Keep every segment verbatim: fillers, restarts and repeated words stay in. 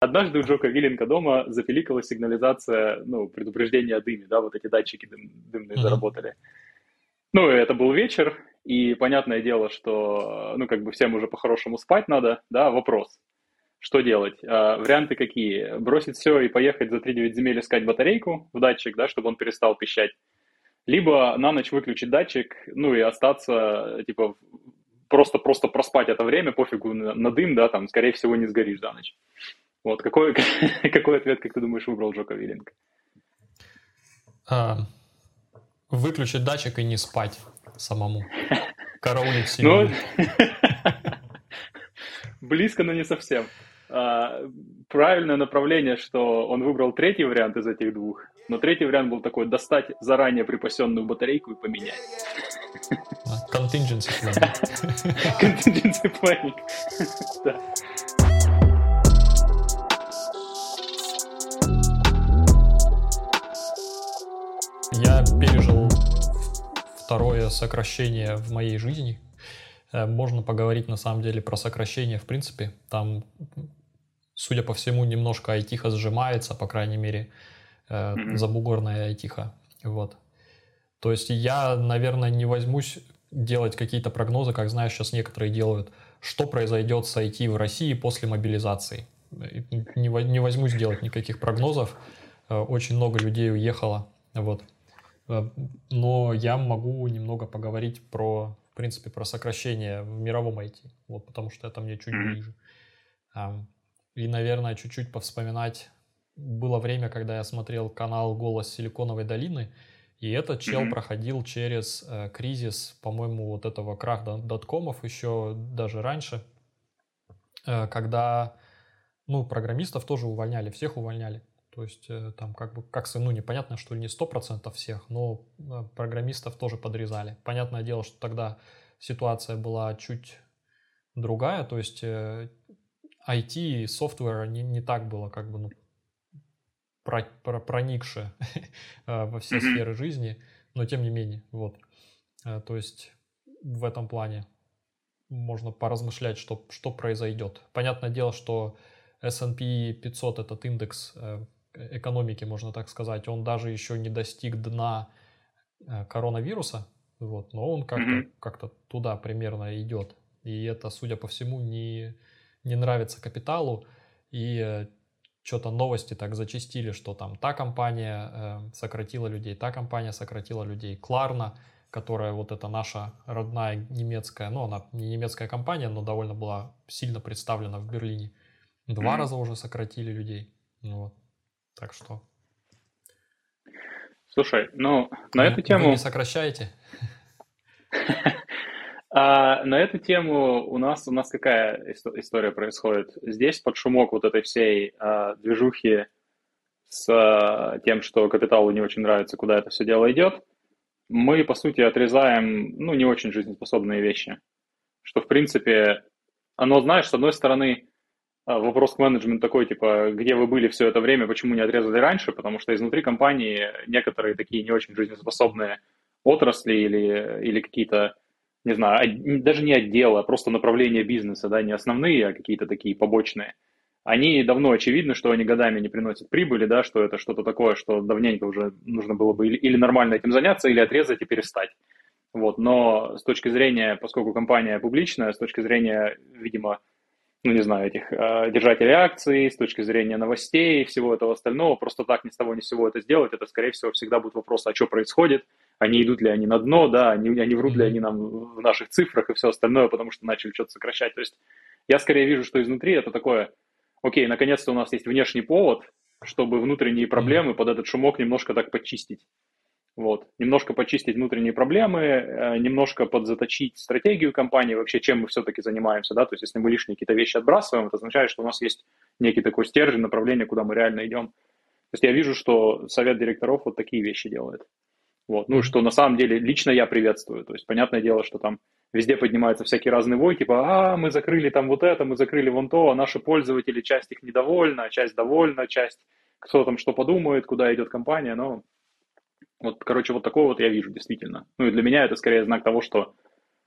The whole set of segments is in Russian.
однажды у Джока Виллинга дома запиликала сигнализация, ну, предупреждение о дыме, да, вот эти датчики дым, дымные Мгм. заработали. Ну, и это был вечер, и понятное дело, что, ну, как бы всем уже по-хорошему спать надо, да, вопрос. Что делать? А, варианты какие? Бросить все и поехать за три девять земель искать батарейку в датчик, да, чтобы он перестал пищать. Либо на ночь выключить датчик, ну и остаться, типа, просто-просто проспать это время, пофигу на, на дым, да, там, скорее всего, не сгоришь за ночь. Вот, какой, какой ответ, как ты думаешь, выбрал Джока Виллинг? А, выключить датчик и не спать самому. Караулить Ну, семью. близко, но не совсем. А, правильное направление, что он выбрал третий вариант из этих двух, но третий вариант был такой: достать заранее припасенную батарейку и поменять. А, Contingency planning. Contingency planning. Да. Я пережил второе сокращение в моей жизни. Э, Можно поговорить на самом деле про сокращение в принципе. Там, судя по всему, немножко айтиха сжимается, по крайней мере, э, Мгм. забугорная айтиха. Вот. То есть я, наверное, не возьмусь делать какие-то прогнозы, как знаешь, сейчас некоторые делают, что произойдет с ай ти в России после мобилизации. Не, во- не возьмусь делать никаких прогнозов. Э, Очень много людей уехало. Вот. Э, Но я могу немного поговорить про, в принципе, про сокращение в мировом ай ти. Вот, потому что это мне чуть Мгм. ближе. Ам, И, наверное, чуть-чуть повспоминать. Было время, когда я смотрел канал «Голос Силиконовой долины», и этот чел Мгм. проходил через э, кризис, по-моему, вот этого крах дот- доткомов еще даже раньше, э, когда, ну, программистов тоже увольняли, всех увольняли. То есть э, там как бы, как, с- ну, непонятно, что ли, не сто процентов всех, но э, программистов тоже подрезали. Понятное дело, что тогда ситуация была чуть другая, то есть э, ай ти и софтвера не, не так было как бы, ну, про, про- проникшее э, во все Мгм. сферы жизни, но тем не менее, вот. Э, То есть в этом плане можно поразмышлять, что, что произойдет. Понятное дело, что эс энд пи пятьсот, этот индекс э, экономики, можно так сказать, он даже еще не достиг дна э, коронавируса, вот, но он как-то Мгм. как туда примерно идет. И это, судя по всему, не, не нравится капиталу. И э, что-то новости так зачастили, что там та компания э, сократила людей, та компания сократила людей. Кларна, которая вот эта наша родная немецкая, ну она не немецкая компания, но довольно была сильно представлена в Берлине. Два Мгм. раза уже сократили людей. Ну вот. Так что Слушай, ну, на вы, эту вы не тему, сокращаете? а, на эту тему у нас, у нас какая исто- история происходит? Здесь под шумок вот этой всей а, движухи с а, тем, что капиталу не очень нравится, куда это все дело идет, мы, по сути, отрезаем, ну, не очень жизнеспособные вещи. Что, в принципе, оно, знаешь, с одной стороны, а, вопрос к менеджменту такой, типа, где вы были все это время, почему не отрезали раньше, потому что изнутри компании некоторые такие не очень жизнеспособные отрасли или, или какие-то, не знаю, од- даже не отделы, а просто направления бизнеса, да, не основные, а какие-то такие побочные. Они давно очевидно, что они годами не приносят прибыли, да, что это что-то такое, что давненько уже нужно было бы или, или нормально этим заняться, или отрезать и перестать. Вот, но с точки зрения, поскольку компания публичная, с точки зрения, видимо, ну, не знаю, этих э, держателей акций, с точки зрения новостей и всего этого остального, просто так ни с того ни с сего это сделать, это, скорее всего, всегда будет вопрос, а что происходит, а не идут ли они на дно, да, не, не врут ли Мгм. они нам в наших цифрах и все остальное, потому что начали что-то сокращать. То есть я скорее вижу, что изнутри это такое, окей, наконец-то у нас есть внешний повод, чтобы внутренние Мгм. проблемы под этот шумок немножко так почистить. Вот. Немножко почистить внутренние проблемы, э, немножко подзаточить стратегию компании, вообще чем мы все-таки занимаемся, да, то есть если мы лишние какие-то вещи отбрасываем, это означает, что у нас есть некий такой стержень, направление, куда мы реально идем. То есть я вижу, что совет директоров вот такие вещи делает. Вот. Ну, Мгм. что на самом деле лично я приветствую. То есть понятное дело, что там везде поднимаются всякие разные вой, типа, а, мы закрыли там вот это, мы закрыли вон то, а наши пользователи, часть их недовольна, часть довольна, часть кто там что подумает, куда идет компания, но вот, короче, вот такого вот я вижу действительно. Ну и для меня это скорее знак того, что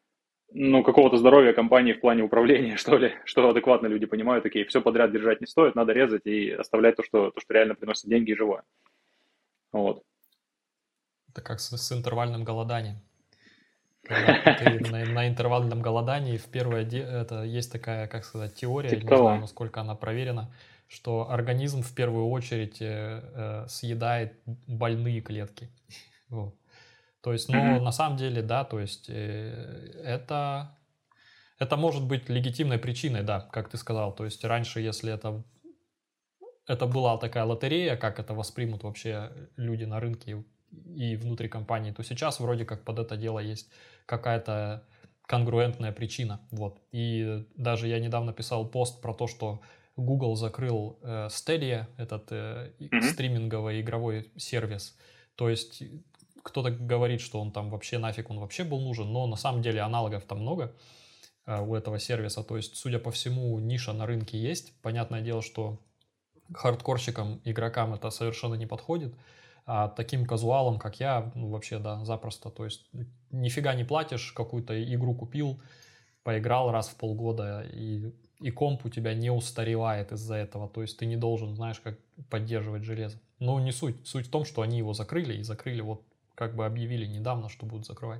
ну, какого-то здоровья компании в плане управления, что ли, что адекватно люди понимают, такие, все подряд держать не стоит, надо резать и оставлять то, что, то, что реально приносит деньги и живое. Вот. Это как с, с интервальным голоданием. Когда ты на, на интервальном голодании в первое де- это есть такая, как сказать, теория, Типа не знаю, того. насколько она проверена, что организм в первую очередь э, э, съедает больные клетки. Вот. То есть, но Мгм. на самом деле, да, то есть э, это это может быть легитимной причиной, да, как ты сказал. То есть раньше, если это это была такая лотерея, как это воспримут вообще люди на рынке и внутри компании, то сейчас вроде как под это дело есть какая-то конгруентная причина. Вот. И даже я недавно писал пост про то, что Google закрыл э, Stadia, этот э, Мгм. стриминговый игровой сервис. То есть кто-то говорит, что он там вообще нафиг, он вообще был нужен, но на самом деле аналогов там много э, у этого сервиса. То есть, судя по всему, ниша на рынке есть. Понятное дело, что хардкорщикам, игрокам это совершенно не подходит, а таким казуалам, как я, ну, вообще, да, запросто. То есть нифига не платишь, какую-то игру купил, поиграл раз в полгода, и, и комп у тебя не устаревает из-за этого. То есть ты не должен, знаешь, как поддерживать железо. Но не суть. Суть в том, что они его закрыли, и закрыли вот как бы объявили недавно, что будут закрывать.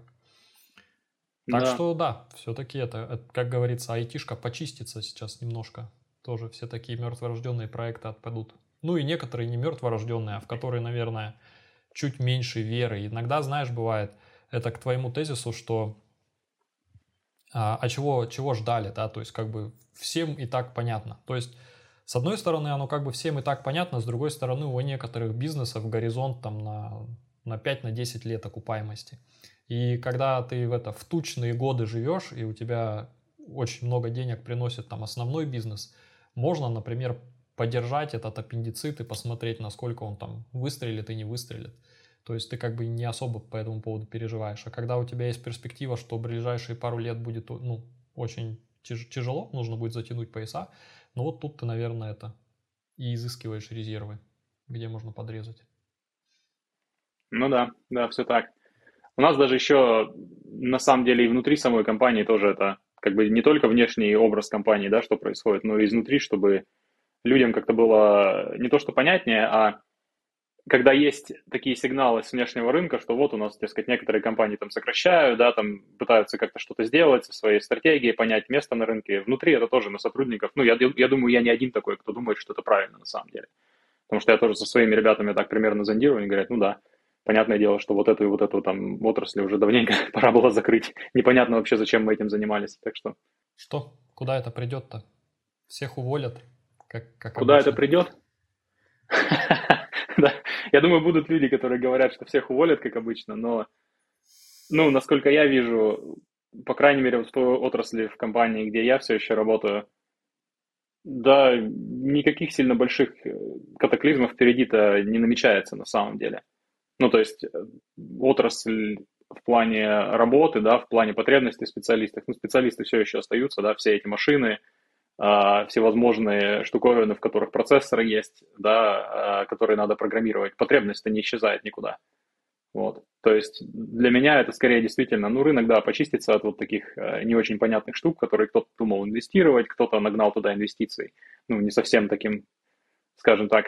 Так Да. что да, все-таки это, это, как говорится, айтишка почистится сейчас немножко. Тоже все такие мертворожденные проекты отпадут. Ну и некоторые не мертворожденные, а в которые, наверное, чуть меньше веры. Иногда, знаешь, бывает, это к твоему тезису, что а, а чего, чего ждали, да, то есть как бы всем и так понятно. То есть с одной стороны, оно как бы всем и так понятно, с другой стороны, у некоторых бизнесов горизонт там на, на пять-десять лет окупаемости. И когда ты в это в тучные годы живешь, и у тебя очень много денег приносит там основной бизнес, можно, например, подержать этот аппендицит и посмотреть, насколько он там выстрелит и не выстрелит. То есть ты как бы не особо по этому поводу переживаешь. А когда у тебя есть перспектива, что в ближайшие пару лет будет, ну, очень тяж- тяжело, нужно будет затянуть пояса, ну вот тут ты, наверное, это и изыскиваешь резервы, где можно подрезать. Ну да, да, все так. У нас даже еще, на самом деле, и внутри самой компании тоже это, как бы не только внешний образ компании, да, что происходит, но и изнутри, чтобы людям как-то было не то что понятнее, а когда есть такие сигналы с внешнего рынка, что вот у нас, так сказать, некоторые компании там сокращают, да, там пытаются как-то что-то сделать со своей стратегией, понять место на рынке. Внутри это тоже на сотрудников. Ну, я, я думаю, я не один такой, кто думает, что это правильно на самом деле. Потому что я тоже со своими ребятами так примерно зондирую, они говорят, ну да, понятное дело, что вот эту и вот эту там отрасль уже давненько пора было закрыть. Непонятно вообще, зачем мы этим занимались. Так что Что? Куда это придет-то? Всех уволят, как, как куда это обычно. придет? Да, я думаю, будут люди, которые говорят, что всех уволят, как обычно, но, ну, насколько я вижу, по крайней мере, вот в той отрасли в компании, где я все еще работаю, да, никаких сильно больших э, катаклизмов впереди-то не намечается на самом деле. Ну, то есть э, отрасль в плане работы, да, в плане потребностей специалистов, ну, специалисты все еще остаются, да, все эти машины, а, всевозможные штуковины, в которых процессоры есть, да, а, которые надо программировать, потребность-то не исчезает никуда. Вот. То есть для меня это скорее действительно, ну, рынок, да, почистится от вот таких э, не очень понятных штук, которые кто-то думал инвестировать, кто-то нагнал туда инвестиций, ну, не совсем таким, скажем так,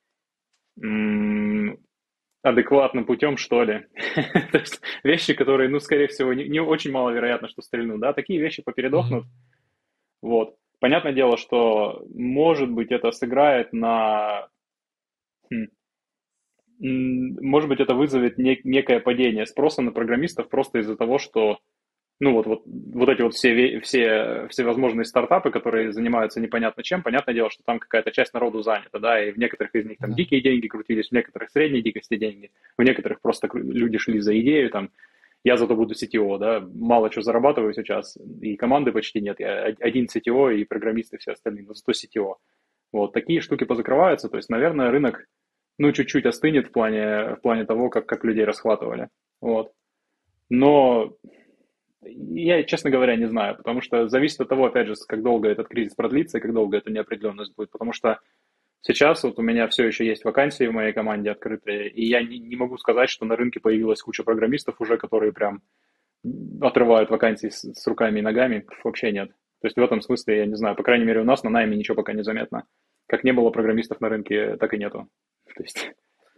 м- адекватным путем, что ли. То есть вещи, которые, ну, скорее всего, не, не очень маловероятно, что стрельнут, да, такие вещи Мгм. попередохнут, вот. Понятное дело, что, может быть, это сыграет на... хм, м, может быть, это вызовет нек- некое падение спроса на программистов просто из-за того, что, ну, вот, вот, вот эти вот все, ве- все, всевозможные стартапы, которые занимаются непонятно чем, понятное дело, что там какая-то часть народу занята, да, и в некоторых из них там Да. дикие деньги крутились, в некоторых средней дикости деньги, в некоторых просто кру- люди шли за идею, там, я зато буду си ти о, да, мало что зарабатываю сейчас, и команды почти нет, я один си ти о и программисты все остальные, но зато си ти о. Вот, такие штуки позакрываются, то есть, наверное, рынок, ну, чуть-чуть остынет в плане, в плане того, как, как людей расхватывали. Вот. Но я, честно говоря, не знаю, потому что зависит от того, опять же, как долго этот кризис продлится и как долго эта неопределенность будет. Потому что сейчас вот у меня все еще есть вакансии в моей команде открытые, и я не, не могу сказать, что на рынке появилась куча программистов уже, которые прям отрывают вакансии с, с руками и ногами, вообще нет. То есть в этом смысле, я не знаю, по крайней мере, у нас на найме ничего пока не заметно. Как не было программистов на рынке, так и нету. То есть...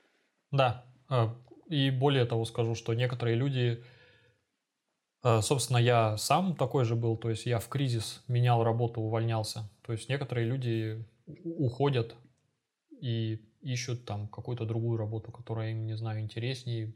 Да, и более того скажу, что некоторые люди, собственно, я сам такой же был, то есть я в кризис менял работу, увольнялся. То есть некоторые люди уходят и ищут там какую-то другую работу, которая им, не знаю, интереснее,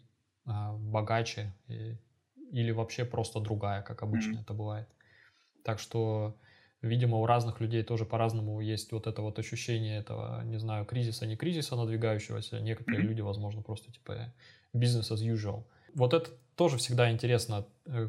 богаче или вообще просто другая, как обычно mm-hmm. это бывает. Так что, видимо, у разных людей тоже по-разному есть вот это вот ощущение этого, не знаю, кризиса, не кризиса надвигающегося. Некоторые mm-hmm. люди, возможно, просто типа business as usual. Вот это тоже всегда интересно,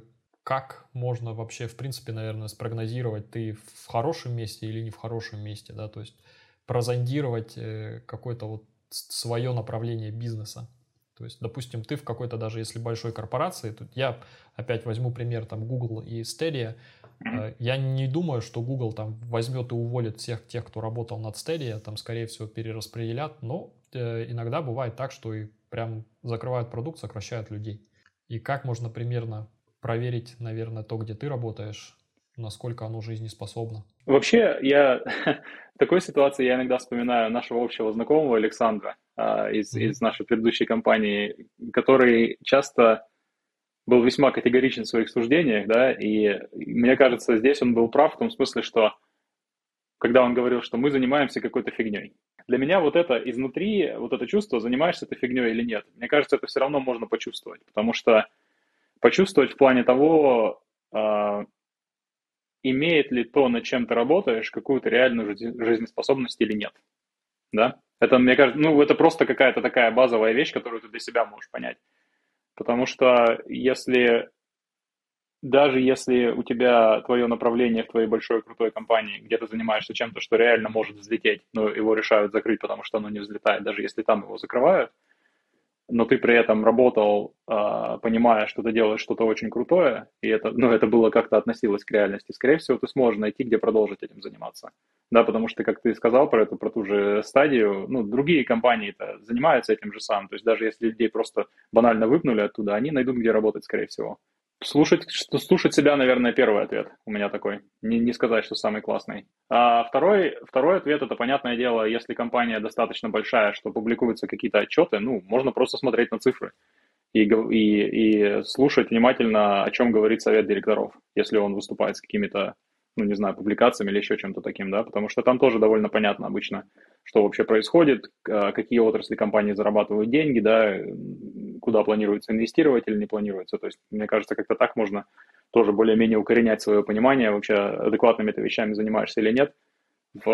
как можно вообще, в принципе, наверное, спрогнозировать, ты в хорошем месте или не в хорошем месте, да, то есть прозондировать какое-то вот свое направление бизнеса. То есть, допустим, ты в какой-то, даже если большой корпорации, тут я опять возьму пример там Google и Stadia, mm-hmm. я не думаю, что Google там возьмет и уволит всех тех, кто работал над Stadia, там, скорее всего, перераспределят, но э, иногда бывает так, что и прям закрывают продукт, сокращают людей. И как можно примерно проверить, наверное, то, где ты работаешь, насколько оно жизнеспособно? Вообще, я в такой ситуации я иногда вспоминаю нашего общего знакомого Александра э, из, mm-hmm. из нашей предыдущей компании, который часто был весьма категоричен в своих суждениях, да, и мне кажется, здесь он был прав в том смысле, что когда он говорил, что мы занимаемся какой-то фигней. Для меня вот это изнутри, вот это чувство, занимаешься ты фигней или нет, мне кажется, это все равно можно почувствовать, потому что почувствовать в плане того, э, имеет ли то, над чем ты работаешь, какую-то реальную жизнеспособность или нет, да? Это, мне кажется, ну, это просто какая-то такая базовая вещь, которую ты для себя можешь понять. Потому что если, даже если у тебя твое направление в твоей большой крутой компании, где ты занимаешься чем-то, что реально может взлететь, но его решают закрыть, потому что оно не взлетает, даже если там его закрывают, но ты при этом работал, понимая, что ты делаешь что-то очень крутое, и это, ну, это было как-то относилось к реальности, скорее всего, ты сможешь найти, где продолжить этим заниматься. Да, потому что, как ты сказал про эту, про ту же стадию, ну, другие компании-то занимаются этим же самым. То есть даже если людей просто банально выпнули оттуда, они найдут, где работать, скорее всего. Слушать, слушать себя, наверное, первый ответ у меня такой. Не, не сказать, что самый классный. А второй, второй ответ, это, понятное дело, если компания достаточно большая, что публикуются какие-то отчеты, ну, можно просто смотреть на цифры и, и, и слушать внимательно, о чем говорит совет директоров, если он выступает с какими-то, ну, не знаю, публикациями или еще чем-то таким, да, потому что там тоже довольно понятно обычно, что вообще происходит, какие отрасли компании зарабатывают деньги, да, куда планируется инвестировать или не планируется. То есть, мне кажется, как-то так можно тоже более-менее укоренять свое понимание, вообще адекватными ты вещами занимаешься или нет в,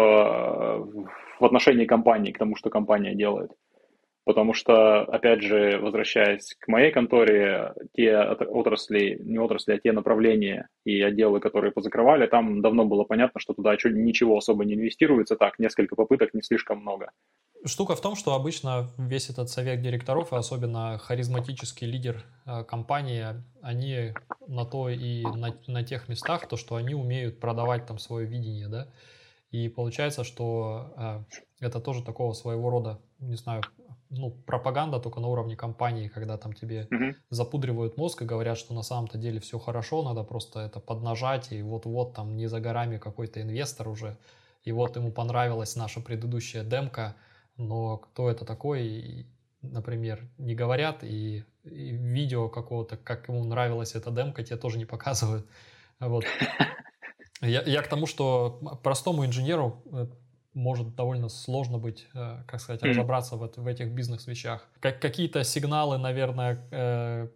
в отношении компании, к тому, что компания делает. Потому что, опять же, возвращаясь к моей конторе, те отрасли, не отрасли, а те направления и отделы, которые позакрывали, там давно было понятно, что туда ничего особо не инвестируется, так, несколько попыток, не слишком много. Штука в том, что обычно весь этот совет директоров, и особенно харизматический лидер э, компании, они на то и на, на тех местах, то, что они умеют продавать там свое видение, да, и получается, что э, это тоже такого своего рода, не знаю, ну, пропаганда только на уровне компании, когда там тебе mm-hmm. запудривают мозг и говорят, что на самом-то деле все хорошо, надо просто это поднажать, и вот-вот там не за горами какой-то инвестор уже, и вот ему понравилась наша предыдущая демка, но кто это такой, например, не говорят, и, и видео какого-то, как ему нравилась эта демка, тебе тоже не показывают. Вот. Я, я к тому, что простому инженеру может довольно сложно быть, как сказать, mm-hmm. разобраться в, в этих бизнес-вещах. Как, какие-то сигналы, наверное, э,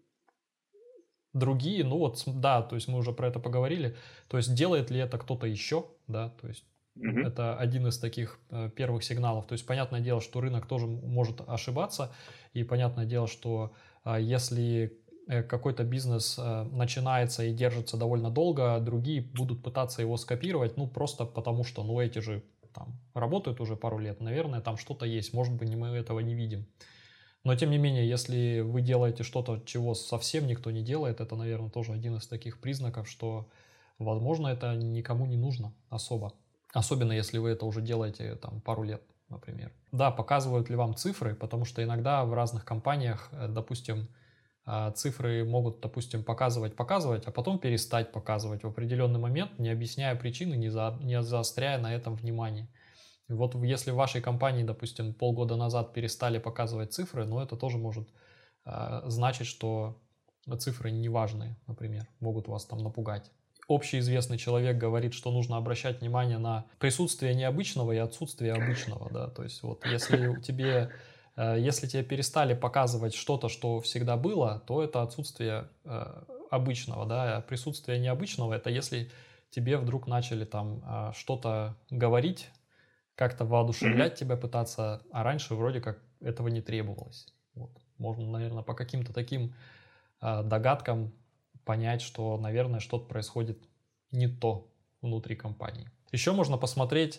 другие, ну вот, да, то есть мы уже про это поговорили, то есть делает ли это кто-то еще, да, то есть mm-hmm. это один из таких э, первых сигналов. То есть понятное дело, что рынок тоже может ошибаться, и понятное дело, что э, если какой-то бизнес э, начинается и держится довольно долго, другие будут пытаться его скопировать, ну просто потому что, ну эти же там работают уже пару лет, наверное, там что-то есть, может быть, мы этого не видим. Но тем не менее, если вы делаете что-то, чего совсем никто не делает, это, наверное, тоже один из таких признаков, что, возможно, это никому не нужно особо. Особенно, если вы это уже делаете там пару лет, например. Да, показывают ли вам цифры, потому что иногда в разных компаниях, допустим, а, цифры могут, допустим, показывать, показывать, а потом перестать показывать в определенный момент, не объясняя причины, не, за, не заостряя на этом внимание. И вот если в вашей компании, допустим, полгода назад перестали показывать цифры, ну, это тоже может а, значить, что цифры неважные, например, могут вас там напугать. Общеизвестный человек говорит, что нужно обращать внимание на присутствие необычного и отсутствие обычного, да, то есть вот если тебе, э, если тебе перестали показывать что-то, что всегда было, то это отсутствие э, обычного, да, а присутствие необычного — это если тебе вдруг начали там а, что-то говорить, как-то Мгм. воодушевлять тебя пытаться, а раньше вроде как этого не требовалось. Вот. Можно, наверное, по каким-то таким а, догадкам понять, что, наверное, что-то происходит не то внутри компании. Еще можно посмотреть,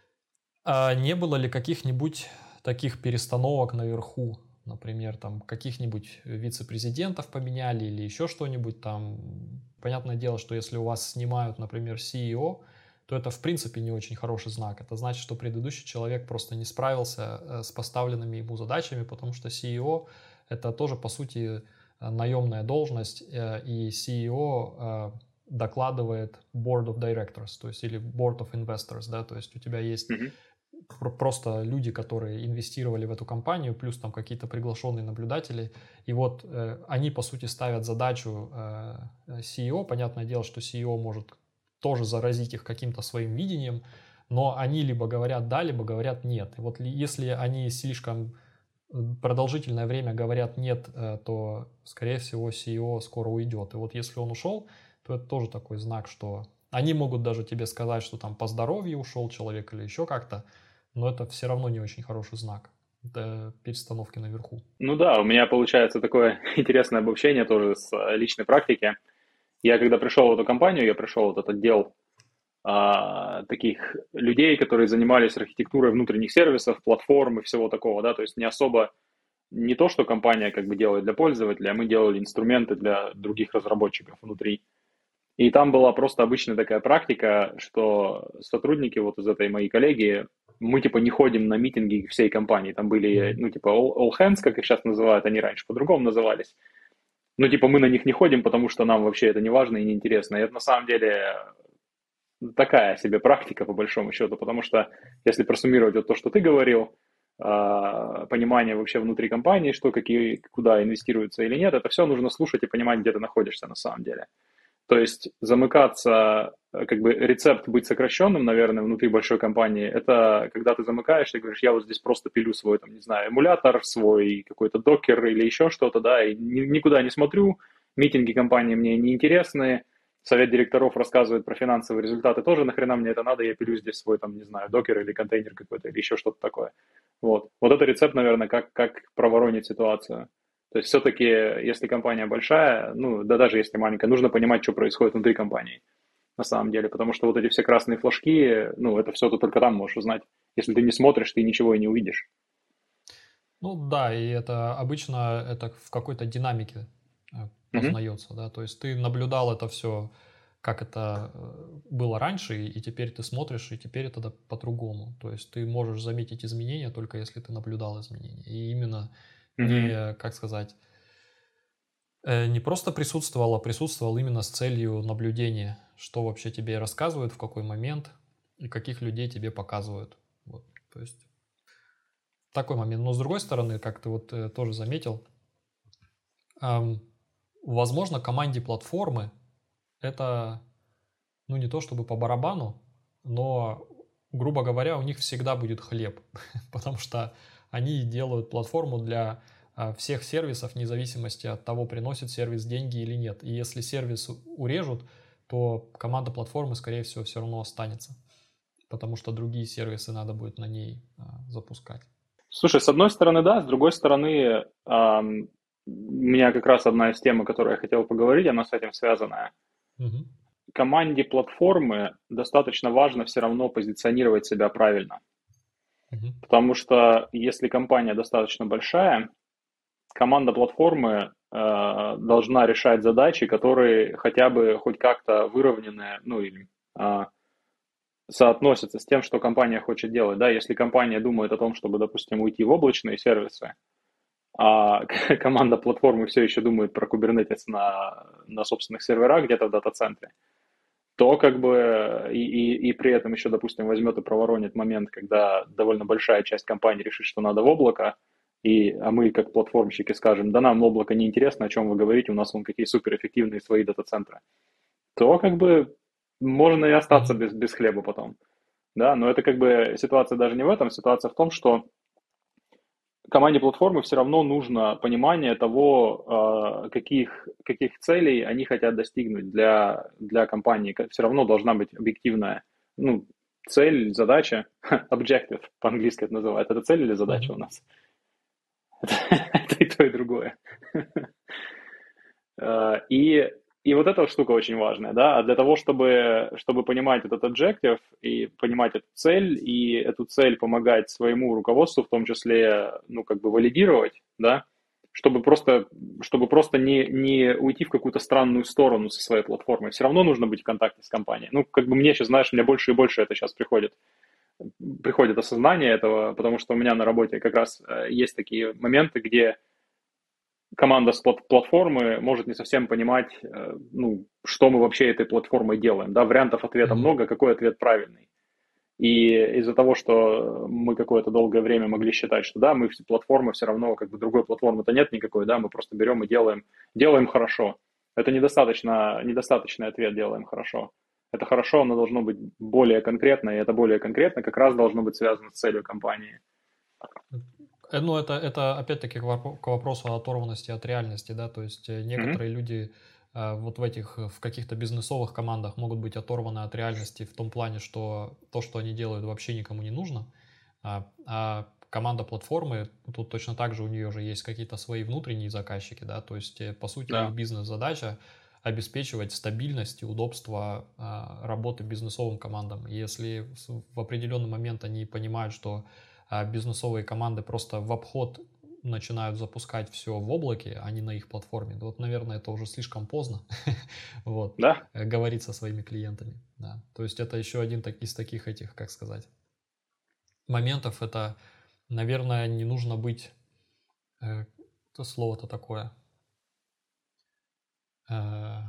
а не было ли каких-нибудь таких перестановок наверху, например, там каких-нибудь вице-президентов поменяли или еще что-нибудь там. Понятное дело, что если у вас снимают, например, си и о, то это в принципе не очень хороший знак. Это значит, что предыдущий человек просто не справился э, с поставленными ему задачами, потому что си и о это тоже, по сути, э, наемная должность, э, и си и о э, докладывает Board of Directors, то есть или Board of Investors, да, то есть у тебя есть Мгм. просто люди, которые инвестировали в эту компанию, плюс там какие-то приглашенные наблюдатели. И вот э, они, по сути, ставят задачу э, си и о. Понятное дело, что си и о может тоже заразить их каким-то своим видением, но они либо говорят «да», либо говорят «нет». И вот если они слишком продолжительное время говорят «нет», э, то, скорее всего, си и о скоро уйдет. И вот если он ушел, то это тоже такой знак, что они могут даже тебе сказать, что там по здоровью ушел человек или еще как-то, но это все равно не очень хороший знак. Это перестановки наверху. Ну да, у меня получается такое интересное обобщение тоже с э, личной практики. Я когда пришел в эту компанию, я пришел в этот отдел а, таких людей, которые занимались архитектурой внутренних сервисов, платформ и всего такого, да, то есть не особо, не то, что компания как бы делает для пользователя, а мы делали инструменты для других разработчиков внутри. И там была просто обычная такая практика, что сотрудники вот из этой моей коллегии, мы типа не ходим на митинги всей компании, там были, Мгм. ну типа all, all hands, как их сейчас называют, они раньше по-другому назывались. Ну типа мы на них не ходим, потому что нам вообще это не важно и не интересно. И это на самом деле такая себе практика, по большому счету, потому что если просуммировать вот то, что ты говорил, а, понимание вообще внутри компании, что какие, куда инвестируется или нет, это все нужно слушать и понимать, где ты находишься на самом деле. То есть замыкаться, э, как бы рецепт быть сокращенным, наверное, внутри большой компании, это когда ты замыкаешься и говоришь, я вот здесь просто пилю свой, там, не знаю, эмулятор, свой какой-то докер или еще что-то, да, и ни- никуда не смотрю, митинги компании мне не интересны, совет директоров рассказывает про финансовые результаты, тоже нахрена мне это надо, я пилю здесь свой, там, не знаю, докер или контейнер какой-то, или еще что-то такое. Вот. Вот это рецепт, наверное, как, как проворонить ситуацию. То есть все-таки, если компания большая, ну, да даже если маленькая, нужно понимать, что происходит внутри компании на самом деле, потому что вот эти все красные флажки, ну, это все ты только там можешь узнать. Если ты не смотришь, ты ничего и не увидишь. Ну да, и это обычно это в какой-то динамике э, Мгм. познается, да, то есть ты наблюдал это все, как это э, было раньше, и теперь ты смотришь, и теперь это да- по-другому. То есть ты можешь заметить изменения только если ты наблюдал изменения. И именно Мгм. не, как сказать, э, не просто присутствовал, а присутствовал именно с целью наблюдения, что вообще тебе рассказывают, в какой момент и каких людей тебе показывают. Вот, то есть такой момент. Но с другой стороны, как ты вот э, тоже заметил, ам, возможно, команде платформы это, ну, не то чтобы по барабану, но, грубо говоря, у них всегда будет хлеб, потому что они делают платформу для а, всех сервисов, вне зависимости от того, приносит сервис деньги или нет. И если сервис у- урежут, то команда платформы, скорее всего, все равно останется, потому что другие сервисы надо будет на ней а, запускать. Слушай, с одной стороны, да, с другой стороны, ам, у меня как раз одна из тем, о которой я хотел поговорить, она с этим связанная. Мгм. Команде платформы достаточно важно все равно позиционировать себя правильно, Мгм. потому что если компания достаточно большая, команда платформы э, должна решать задачи, которые хотя бы хоть как-то выровнены, ну или э, соотносятся с тем, что компания хочет делать. Да, если компания думает о том, чтобы, допустим, уйти в облачные сервисы, а команда платформы все еще думает про Kubernetes на, на собственных серверах где-то в дата-центре, то как бы и, и, и при этом еще, допустим, возьмет и проворонит момент, когда довольно большая часть компании решит, что надо в облако, и, а мы как платформщики скажем, да нам облако не интересно, о чем вы говорите, у нас вон какие суперэффективные свои дата-центры, то как бы можно и остаться Мгм. без, без хлеба потом. Да, но это как бы ситуация даже не в этом, ситуация в том, что команде платформы все равно нужно понимание того, а, каких, каких целей они хотят достигнуть для, для компании. Все равно должна быть объективная, ну, цель, задача, objective по-английски это называют. Это цель или задача Мгм. у нас? Это и то, и другое. Э, И, и вот эта вот штука очень важная, да, а для того, чтобы, чтобы понимать этот объектив и понимать эту цель, и эту цель помогать своему руководству, в том числе, ну, как бы валидировать, да, чтобы просто, чтобы просто не, не уйти в какую-то странную сторону со своей платформой. Все равно нужно быть в контакте с компанией. Ну, как бы мне сейчас, знаешь, мне больше и больше это сейчас приходит, приходит осознание этого, потому что у меня на работе как раз э, есть такие моменты, где команда с плат- платформы может не совсем понимать, э, ну, что мы вообще этой платформой делаем. Да, вариантов ответа Мгм. много, какой ответ правильный. И из-за того, что мы какое-то долгое время могли считать, что да, мы все платформы, все равно как бы другой платформы-то нет никакой, да, мы просто берем и делаем, делаем хорошо. Это недостаточно, недостаточный ответ «делаем хорошо». Это хорошо, оно должно быть более конкретно, и это более конкретно как раз должно быть связано с целью компании. Э, Ну, это, это опять-таки к вопро- к вопросу о оторванности от реальности, да, то есть э, Мгм. некоторые люди э, вот в этих, э, в каких-то бизнесовых командах могут быть оторваны от реальности в том плане, что то, что они делают, вообще никому не нужно, а, а команда платформы, тут точно так же у нее же есть какие-то свои внутренние заказчики, да, то есть, э, по сути, их Да. бизнес-задача обеспечивать стабильность и удобство а, работы бизнесовым командам. И если с- в определенный момент они понимают, что а бизнесовые команды просто в обход начинают запускать все в облаке, а не на их платформе. Да вот, наверное, это уже слишком поздно, вот, Да? э, говорить со своими клиентами, да. То есть это еще один так- из таких этих, как сказать, моментов. Это, наверное, не нужно быть, э, то слово-то такое, э,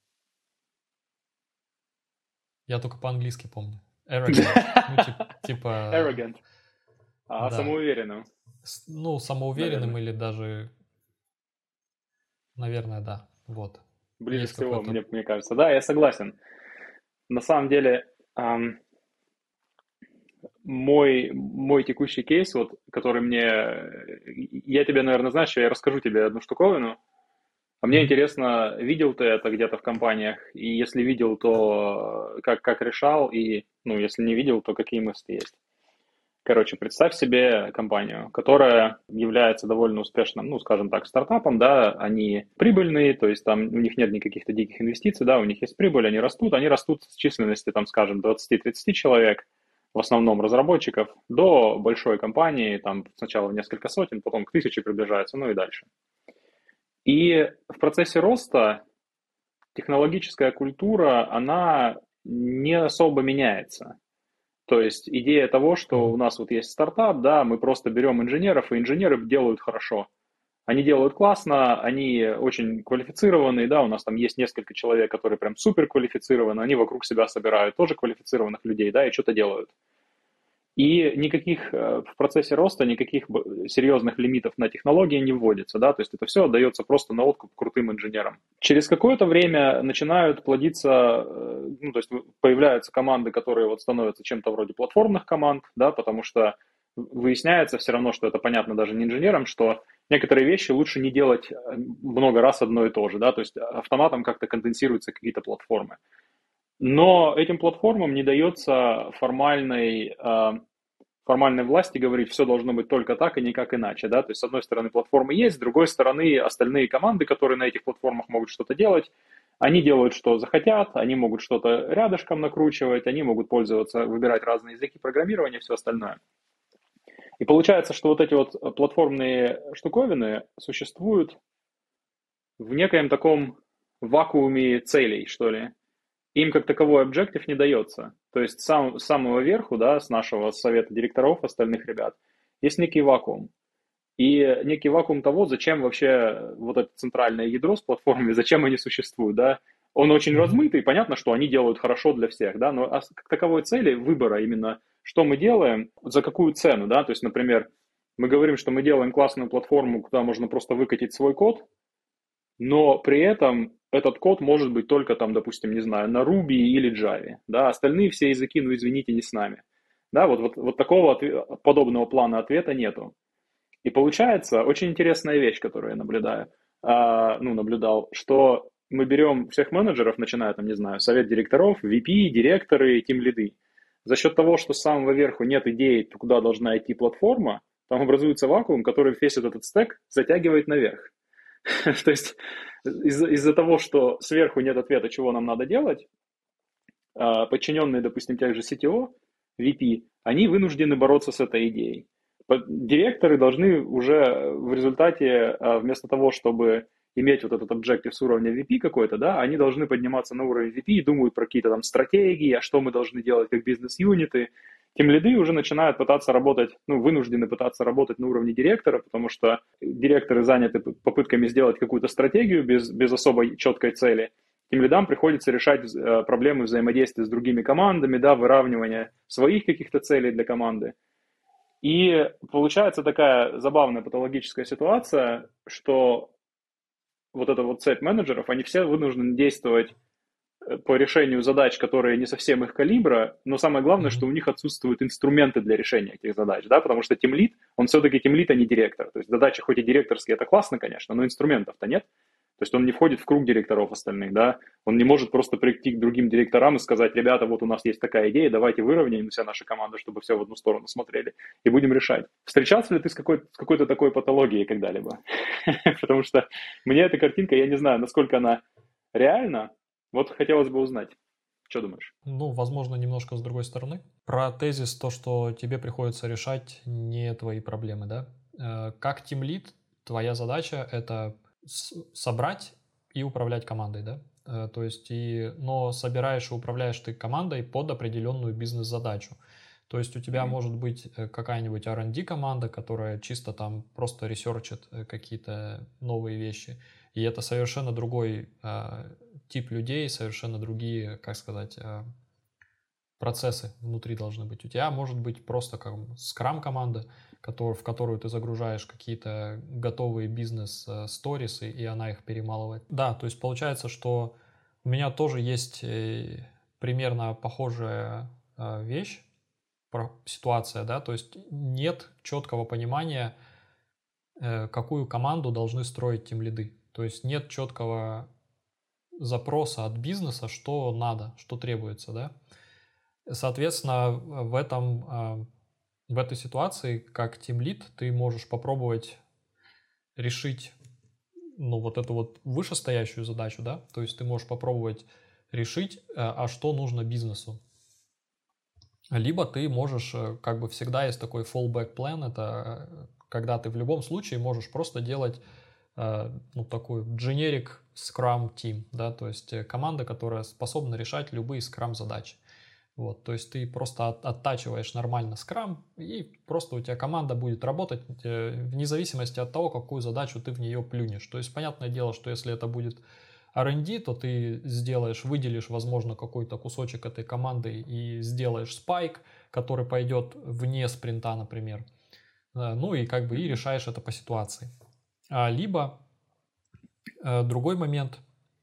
я только по-английски помню, arrogant, ну, тип- типа, Arrogant. А, да, самоуверенным, с- ну, самоуверенным наверное. или даже, наверное, да, вот. Ближе Есть всего, какой-то. мне, мне кажется. Да, я согласен. На самом деле, ам, мой, мой текущий кейс, вот, который мне... Я тебе, наверное, знаешь, я расскажу тебе одну штуковину. А мне Мгм. интересно, видел ты это где-то в компаниях? И если видел, то как, как решал? И, ну, если не видел, то какие мысли есть? Короче, представь себе компанию, которая является довольно успешным, ну, скажем так, стартапом, да, они прибыльные, то есть там у них нет никаких-то диких инвестиций, да, у них есть прибыль, они растут, они растут с численности, там, скажем, двадцать-тридцать человек, в основном разработчиков, до большой компании, там сначала в несколько сотен, потом к тысяче приближается, ну и дальше. И в процессе роста технологическая культура, она не особо меняется. То есть идея того, что у Мгм. нас вот есть стартап, да, мы просто берем инженеров, и инженеры делают хорошо. Они делают классно, они очень квалифицированные, да, у нас там есть несколько человек, которые прям супер квалифицированы, они вокруг себя собирают тоже квалифицированных людей, да, и что-то делают. И никаких э, в процессе роста, никаких серьезных лимитов на технологии не вводится, да, то есть это все отдается просто на откуп крутым инженерам. Через какое-то время начинают плодиться, э, ну, то есть появляются команды, которые вот становятся чем-то вроде платформных команд, да, потому что выясняется все равно, что это понятно даже не инженерам, что некоторые вещи лучше не делать э, много раз одно и то же, да, то есть автоматом как-то конденсируются какие-то платформы. Но этим платформам не дается формальной, э, формальной власти говорить, все должно быть только так и никак иначе. Да? То есть, с одной стороны, платформы есть, с другой стороны, остальные команды, которые на этих платформах могут что-то делать, они делают, что захотят, они могут что-то рядышком накручивать, они могут пользоваться, выбирать разные языки программирования и все остальное. И получается, что вот эти вот платформные штуковины существуют в некоем таком вакууме целей, что ли. Им как таковой объектив не дается. То есть сам, с самого верху, да, с нашего совета директоров, остальных ребят, есть некий вакуум. и некий вакуум того, зачем вообще вот это центральное ядро с платформами, зачем они существуют, да. Он очень Мгм. размытый, понятно, что они делают хорошо для всех, да, но а как таковой цели выбора именно, что мы делаем, за какую цену, да, то есть, например, мы говорим, что мы делаем классную платформу, куда можно просто выкатить свой код, но при этом этот код может быть только там, допустим, не знаю, на Ruby или Java, да, остальные все языки, ну, извините, не с нами. Да, вот, вот, вот такого отве- подобного плана ответа нету. И получается очень интересная вещь, которую я наблюдаю, а, ну, наблюдал, что мы берем всех менеджеров, начиная там, не знаю, совет директоров, ви пи, директоры, тимлиды. За счет того, что с самого верху нет идеи, куда должна идти платформа, там образуется вакуум, который весь этот стек затягивает наверх. То есть из- из-за того, что сверху нет ответа, чего нам надо делать, а, подчиненные, допустим, тех же си ти о, ви пи, они вынуждены бороться с этой идеей. По- Директоры должны уже в результате, а, вместо того, чтобы иметь вот этот объектив с уровня ви пи какой-то, да, они должны подниматься на уровень ви пи и думают про какие-то там стратегии, а что мы должны делать как бизнес-юниты. Тем лиды уже начинают пытаться работать, ну, вынуждены пытаться работать на уровне директора, потому что директоры заняты попытками сделать какую-то стратегию без, без особой четкой цели. Тем лидам приходится решать э, проблемы взаимодействия с другими командами, да, выравнивания своих каких-то целей для команды. И получается такая забавная патологическая ситуация, что вот эта вот цепь менеджеров, они все вынуждены действовать по решению задач, которые не совсем их калибра, но самое главное, Мгм. что у них отсутствуют инструменты для решения этих задач, да, потому что тимлид, он все-таки тимлид, а не директор. То есть задачи хоть и директорские, это классно, конечно, но инструментов-то нет. То есть он не входит в круг директоров остальных, да, он не может просто прийти к другим директорам и сказать, ребята, вот у нас есть такая идея, давайте выровняем вся наша команда, чтобы все в одну сторону смотрели, и будем решать. Встречался ли ты с, какой- с какой-то такой патологией когда-либо? Потому что мне эта картинка, я не знаю, насколько она реальна, вот хотелось бы узнать. Что думаешь? Ну, возможно, немножко с другой стороны. Про тезис, то, что тебе приходится решать не твои проблемы, да? Э, Как тимлид, твоя задача — это с- собрать и управлять командой, да? Э, То есть, и, но собираешь и управляешь ты командой под определенную бизнес-задачу. То есть у тебя Мгм. может быть э, какая-нибудь ар энд ди команда, которая чисто там просто ресерчит э, какие-то новые вещи. И это совершенно другой а, тип людей, совершенно другие, как сказать, а, процессы внутри должны быть. У тебя может быть просто как скрам-команда, который, в которую ты загружаешь какие-то готовые бизнес-сторисы, и она их перемалывает. Да, то есть получается, что у меня тоже есть э, примерно похожая а, вещь, про- ситуация, да, то есть нет четкого понимания, э, какую команду должны строить тимлиды. То есть нет четкого запроса от бизнеса, что надо, что требуется, да. Соответственно, в этом, а, в этой ситуации, как тимлид, ты можешь попробовать решить, ну, вот эту вот вышестоящую задачу, да, то есть ты можешь попробовать решить, а а что нужно бизнесу. Либо ты можешь, э, как бы всегда есть такой fallback plan, это э, когда ты в любом случае можешь просто делать э, ну, такую generic Scrum Team, да, то есть э, команда, которая способна решать любые Scrum задачи. Вот, то есть ты просто от, оттачиваешь нормально Scrum, и просто у тебя команда будет работать э, вне зависимости от того, какую задачу ты в нее плюнешь. То есть понятное дело, что если это будет ар энд ди, то ты сделаешь, выделишь, возможно, какой-то кусочек этой команды и сделаешь спайк, который пойдет вне спринта, например. Э, Ну и как бы и Мгм. решаешь это по ситуации. А, Либо э, другой момент.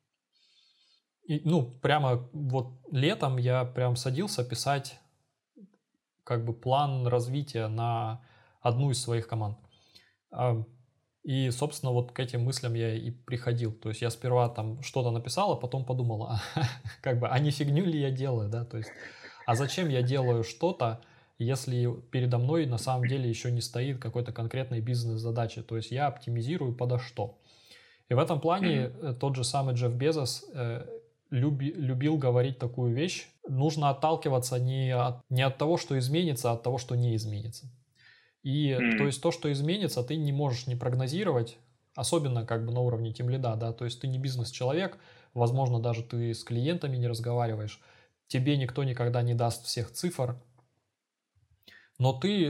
И, ну, прямо вот летом я прям садился писать как бы план развития на одну из своих команд. А, И, собственно, вот к этим мыслям я и приходил. То есть я сперва там что-то написал, а потом подумал, а, как бы, а не фигню ли я делаю, да? То есть, а зачем я делаю что-то, если передо мной на самом деле еще не стоит какой-то конкретной бизнес-задачи? То есть я оптимизирую подо что? И в этом плане Мгм. э, тот же самый Джефф Безос э, люби- любил говорить такую вещь. Нужно отталкиваться не от, не от того, что изменится, а от того, что не изменится. И то Мгм. есть то, что изменится, ты не можешь не прогнозировать, особенно как бы на уровне тимлида, да, то есть ты не бизнес-человек, возможно, даже ты с клиентами не разговариваешь, тебе никто никогда не даст всех цифр, но ты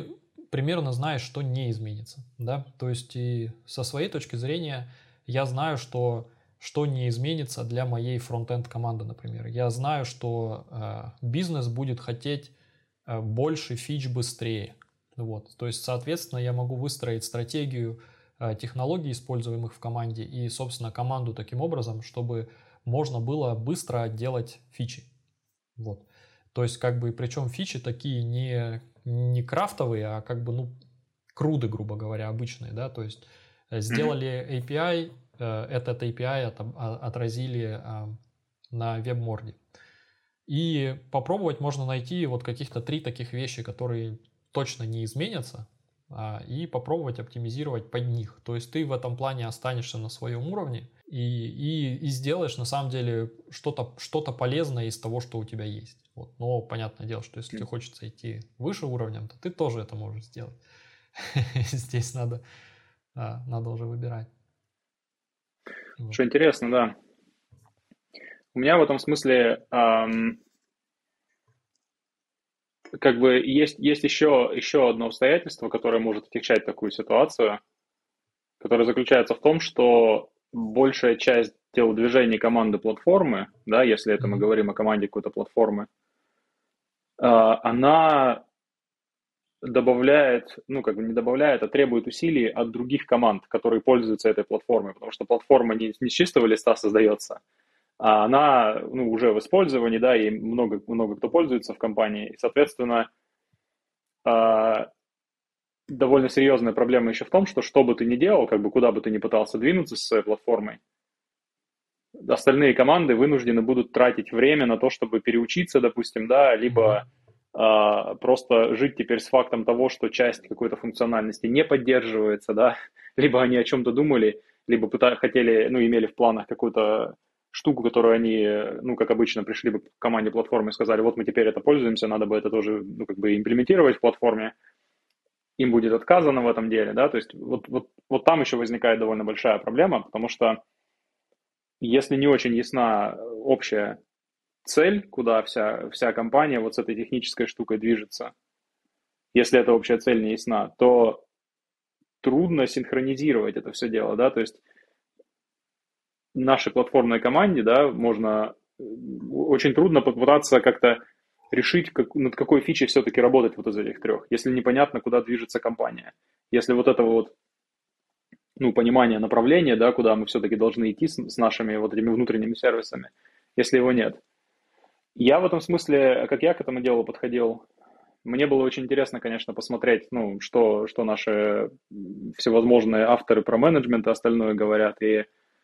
примерно знаешь, что не изменится, да, то есть и со своей точки зрения я знаю, что что не изменится для моей фронт-энд команды, например. Я знаю, что э, бизнес будет хотеть э, больше фич быстрее, вот, то есть, соответственно, я могу выстроить стратегию э, технологий, используемых в команде, и, собственно, команду таким образом, чтобы можно было быстро делать фичи, вот. То есть, как бы, причем фичи такие не, не крафтовые, а как бы, ну, круды, грубо говоря, обычные, да, то есть э, сделали эй пи ай, э, этот эй пи ай от- а- отразили а, на веб-морде. И попробовать можно найти вот каких-то три таких вещи, которые точно не изменятся, а, и попробовать оптимизировать под них. То есть ты в этом плане останешься на своем уровне и, и, и сделаешь на самом деле что-то что-то полезное из того, что у тебя есть. Вот. Но понятное дело, что если тебе хочется идти выше уровнем, то ты тоже это можешь сделать. Здесь надо, а, надо уже выбирать. Вот. Что интересно, да. У меня в этом смысле ам, как бы есть, есть еще, еще одно обстоятельство, которое может отягчать такую ситуацию, которое заключается в том, что большая часть телодвижений команды платформы, да, если это мы Мгм. говорим о команде какой-то платформы, а, она добавляет, ну, как бы не добавляет, а требует усилий от других команд, которые пользуются этой платформой, потому что платформа не, не с чистого листа создается, а она, ну, уже в использовании, да, и много, много кто пользуется в компании, и, соответственно, а, довольно серьезная проблема еще в том, что что бы ты ни делал, как бы куда бы ты ни пытался двинуться с своей платформой, остальные команды вынуждены будут тратить время на то, чтобы переучиться, допустим, да, либо Мгм. а, просто жить теперь с фактом того, что часть какой-то функциональности не поддерживается, да, либо они о чем-то думали, либо пыта- хотели, ну, имели в планах какую-то штуку, которую они, ну, как обычно, пришли бы к команде платформы и сказали, вот мы теперь это пользуемся, надо бы это тоже, ну, как бы имплементировать в платформе, им будет отказано в этом деле, да, то есть вот, вот, вот там еще возникает довольно большая проблема, потому что если не очень ясна общая цель, куда вся, вся компания вот с этой технической штукой движется, если эта общая цель не ясна, то трудно синхронизировать это все дело, да, то есть нашей платформной команде, да, можно э, очень трудно попытаться как-то решить, как, над какой фичей все-таки работать вот из этих трех, если непонятно, куда движется компания. Если вот этого вот, ну, понимание направления, да, куда мы все-таки должны идти с, с нашими вот этими внутренними сервисами, если его нет. Я в этом смысле, как я к этому делу подходил, мне было очень интересно, конечно, посмотреть, ну, что, что наши всевозможные авторы про менеджмент и остальное говорят. И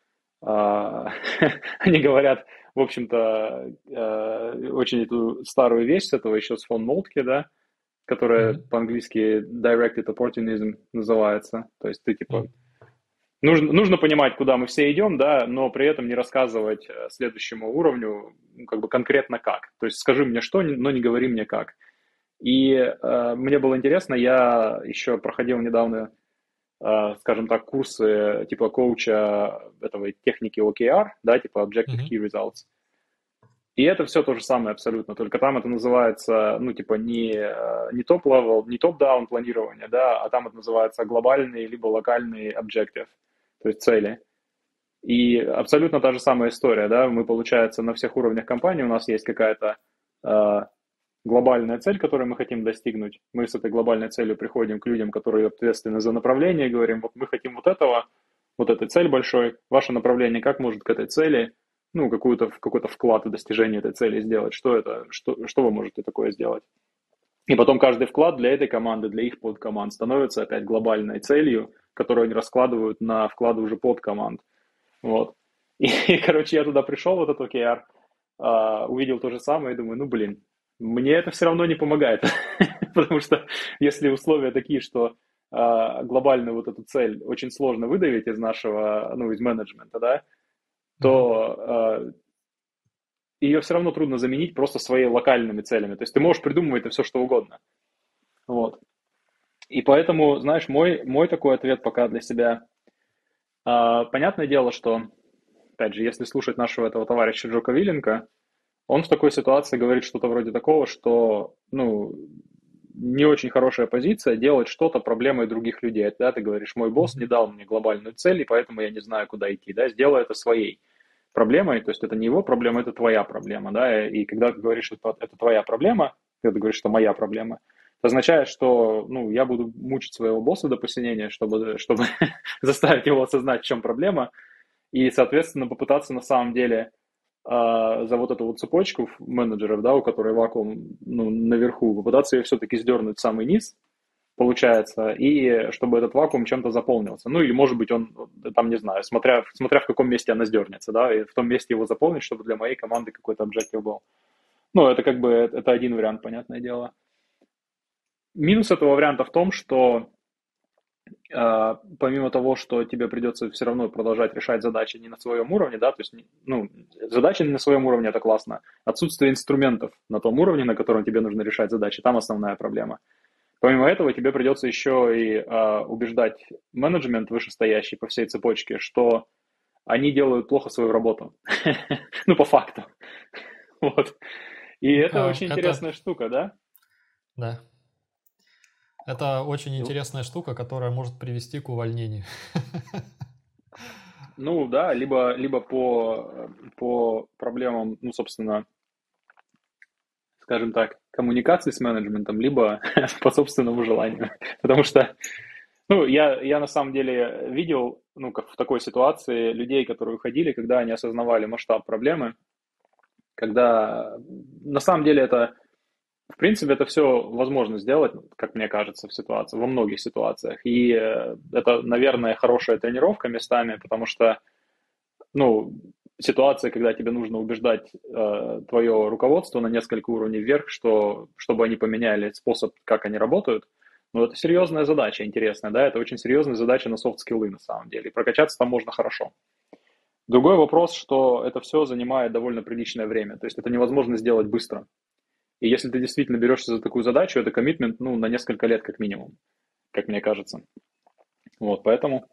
а, они говорят, в общем-то, э, очень эту старую вещь с этого еще с фон Молтке, да, которая Мгм. по-английски directed opportunism называется. То есть ты типа М. нужно, нужно понимать, куда мы все идем, да, но при этом не рассказывать э, следующему уровню, ну, как бы конкретно как. То есть скажи мне что, но не говори мне как. И э, мне было интересно, я еще проходил недавно, э, скажем так, курсы типа коуча этого техники о кей ар, да, типа Objective Мгм. Key Results. И это все то же самое абсолютно, только там это называется, ну, типа, не, э, не топ-левел, не топ-даун планирование, да, а там это называется глобальный либо локальный objective, то есть цели. И абсолютно та же самая история, да, мы, получается, на всех уровнях компании у нас есть какая-то э, глобальная цель, которую мы хотим достигнуть. Мы с этой глобальной целью приходим к людям, которые ответственны за направление, и говорим, вот мы хотим вот этого, вот этой цель большой, ваше направление как может к этой цели, ну, какую-то, какой-то вклад в достижение этой цели сделать, что это, что, что вы можете такое сделать. И потом каждый вклад для этой команды, для их подкоманд становится опять глобальной целью, которую они раскладывают на вклады уже подкоманд. Вот. И, и, короче, я туда пришел, вот этот о кей ар, а, увидел то же самое и думаю, ну, блин, мне это все равно не помогает. Потому что если условия такие, что а, глобальную вот эту цель очень сложно выдавить из нашего, ну, из менеджмента, да, Мгм. то а, ее все равно трудно заменить просто своими локальными целями. То есть ты можешь придумывать это все, что угодно. Вот. И поэтому, знаешь, мой, мой такой ответ пока для себя. А, понятное дело, что, опять же, если слушать нашего этого товарища Джока Виленко, он в такой ситуации говорит что-то вроде такого, что, ну, не очень хорошая позиция делать что-то проблемой других людей. Да, ты говоришь, мой босс не дал мне глобальную цель, и поэтому я не знаю, куда идти. Да, сделай это своей проблемой, то есть это не его проблема, это твоя проблема. Да, и когда ты говоришь, что это твоя проблема, когда ты говоришь, что моя проблема, это означает, что ну, я буду мучить своего босса до посинения, чтобы, чтобы заставить его осознать, в чем проблема, и, соответственно, попытаться на самом деле а, за вот эту вот цепочку менеджеров, да, у которой вакуум ну, наверху, попытаться ее все-таки сдернуть в самый низ, получается, и чтобы этот вакуум чем-то заполнился. Ну, или, может быть, он, там, не знаю, смотря, смотря в каком месте она сдернется, да, и в том месте его заполнить, чтобы для моей команды какой-то объектив был. Ну, это как бы, это один вариант, понятное дело. Минус этого варианта в том, что Uh, помимо того, что тебе придется все равно продолжать решать задачи не на своем уровне, да, то есть, ну, задачи не на своем уровне, это классно. Отсутствие инструментов на том уровне, на котором тебе нужно решать задачи, там основная проблема. Помимо этого, тебе придется еще и uh, убеждать менеджмент вышестоящий по всей цепочке, что они делают плохо свою работу. Ну, по факту. Вот. И это очень интересная штука, да? Да. Это очень интересная штука, которая может привести к увольнению. Ну да, либо, либо по, по проблемам, ну, собственно, скажем так, коммуникации с менеджментом, либо по собственному желанию. Потому что, ну, я, я на самом деле видел, ну, как в такой ситуации людей, которые уходили, когда они осознавали масштаб проблемы, когда на самом деле это... В принципе, это все возможно сделать, как мне кажется, в ситуации, во многих ситуациях. И это, наверное, хорошая тренировка местами, потому что, ну, ситуация, когда тебе нужно убеждать э, твое руководство на несколько уровней вверх, что, чтобы они поменяли способ, как они работают, ну, это серьезная задача, интересная, да, это очень серьезная задача на софт-скиллы, на самом деле, и прокачаться там можно хорошо. Другой вопрос, что это все занимает довольно приличное время, то есть это невозможно сделать быстро. И если ты действительно берешься за такую задачу, это коммитмент, ну, на несколько лет как минимум, как мне кажется. Вот, поэтому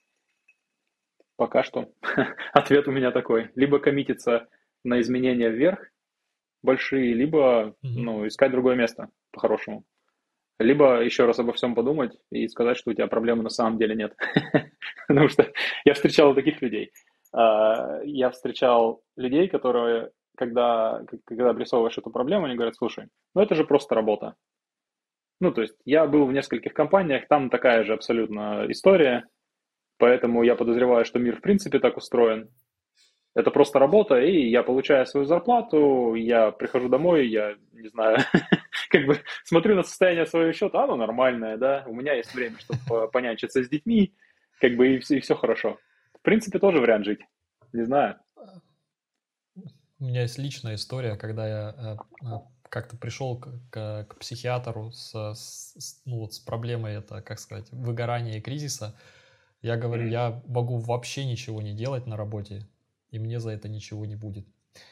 пока что ответ у меня такой. Либо коммититься на изменения вверх большие, либо, ну, искать другое место по-хорошему. Либо еще раз обо всем подумать и сказать, что у тебя проблемы на самом деле нет. Потому что я встречал таких людей. Я встречал людей, которые... Когда, когда обрисовываешь эту проблему, они говорят, слушай, ну это же просто работа. Ну, то есть я был в нескольких компаниях, там такая же абсолютно история, поэтому я подозреваю, что мир в принципе так устроен. Это просто работа, и я получаю свою зарплату, я прихожу домой, я, не знаю, как бы смотрю на состояние своего счета, оно нормальное, да, у меня есть время, чтобы понянчиться с детьми, как бы и все, и все хорошо. В принципе, тоже вариант жить, не знаю. У меня есть личная история, когда я э, как-то пришел к, к, к психиатру с, с, ну, вот с проблемой, это, как сказать, выгорания и кризиса. Я говорю, mm-hmm. я могу вообще ничего не делать на работе, и мне за это ничего не будет.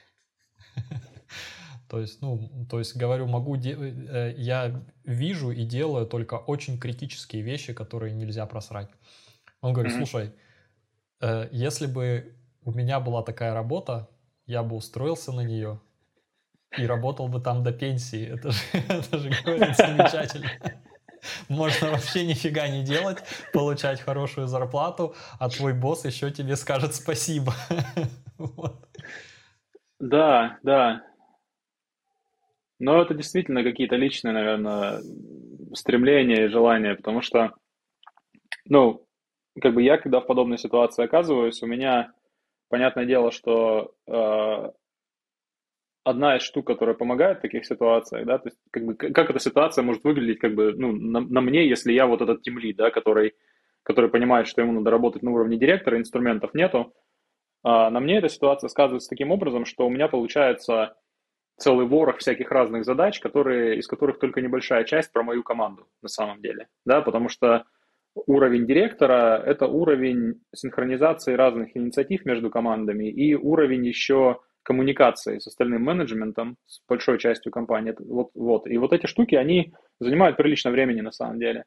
То есть, ну, то есть, говорю, могу, де- я вижу и делаю только очень критические вещи, которые нельзя просрать. Он говорит, mm-hmm. слушай, э, если бы у меня была такая работа, я бы устроился на нее и работал бы там до пенсии. Это же, это же говорит, замечательно. Можно вообще нифига не делать, получать хорошую зарплату, а твой босс еще тебе скажет спасибо. Вот. Да, да. Но это действительно какие-то личные, наверное, стремления и желания, потому что, ну, как бы я, когда в подобной ситуации оказываюсь, у меня, понятное дело, что э, одна из штук, которая помогает в таких ситуациях, да, то есть как бы как эта ситуация может выглядеть как бы, ну, на, на мне, если я вот этот тимлид, да, который, который понимает, что ему надо работать на уровне директора, инструментов нету, а на мне эта ситуация сказывается таким образом, что у меня получается целый ворох всяких разных задач, которые, из которых только небольшая часть про мою команду на самом деле, да, потому что уровень директора – это уровень синхронизации разных инициатив между командами и уровень еще коммуникации с остальным менеджментом, с большой частью компании. Вот, вот. И вот эти штуки, они занимают прилично времени на самом деле.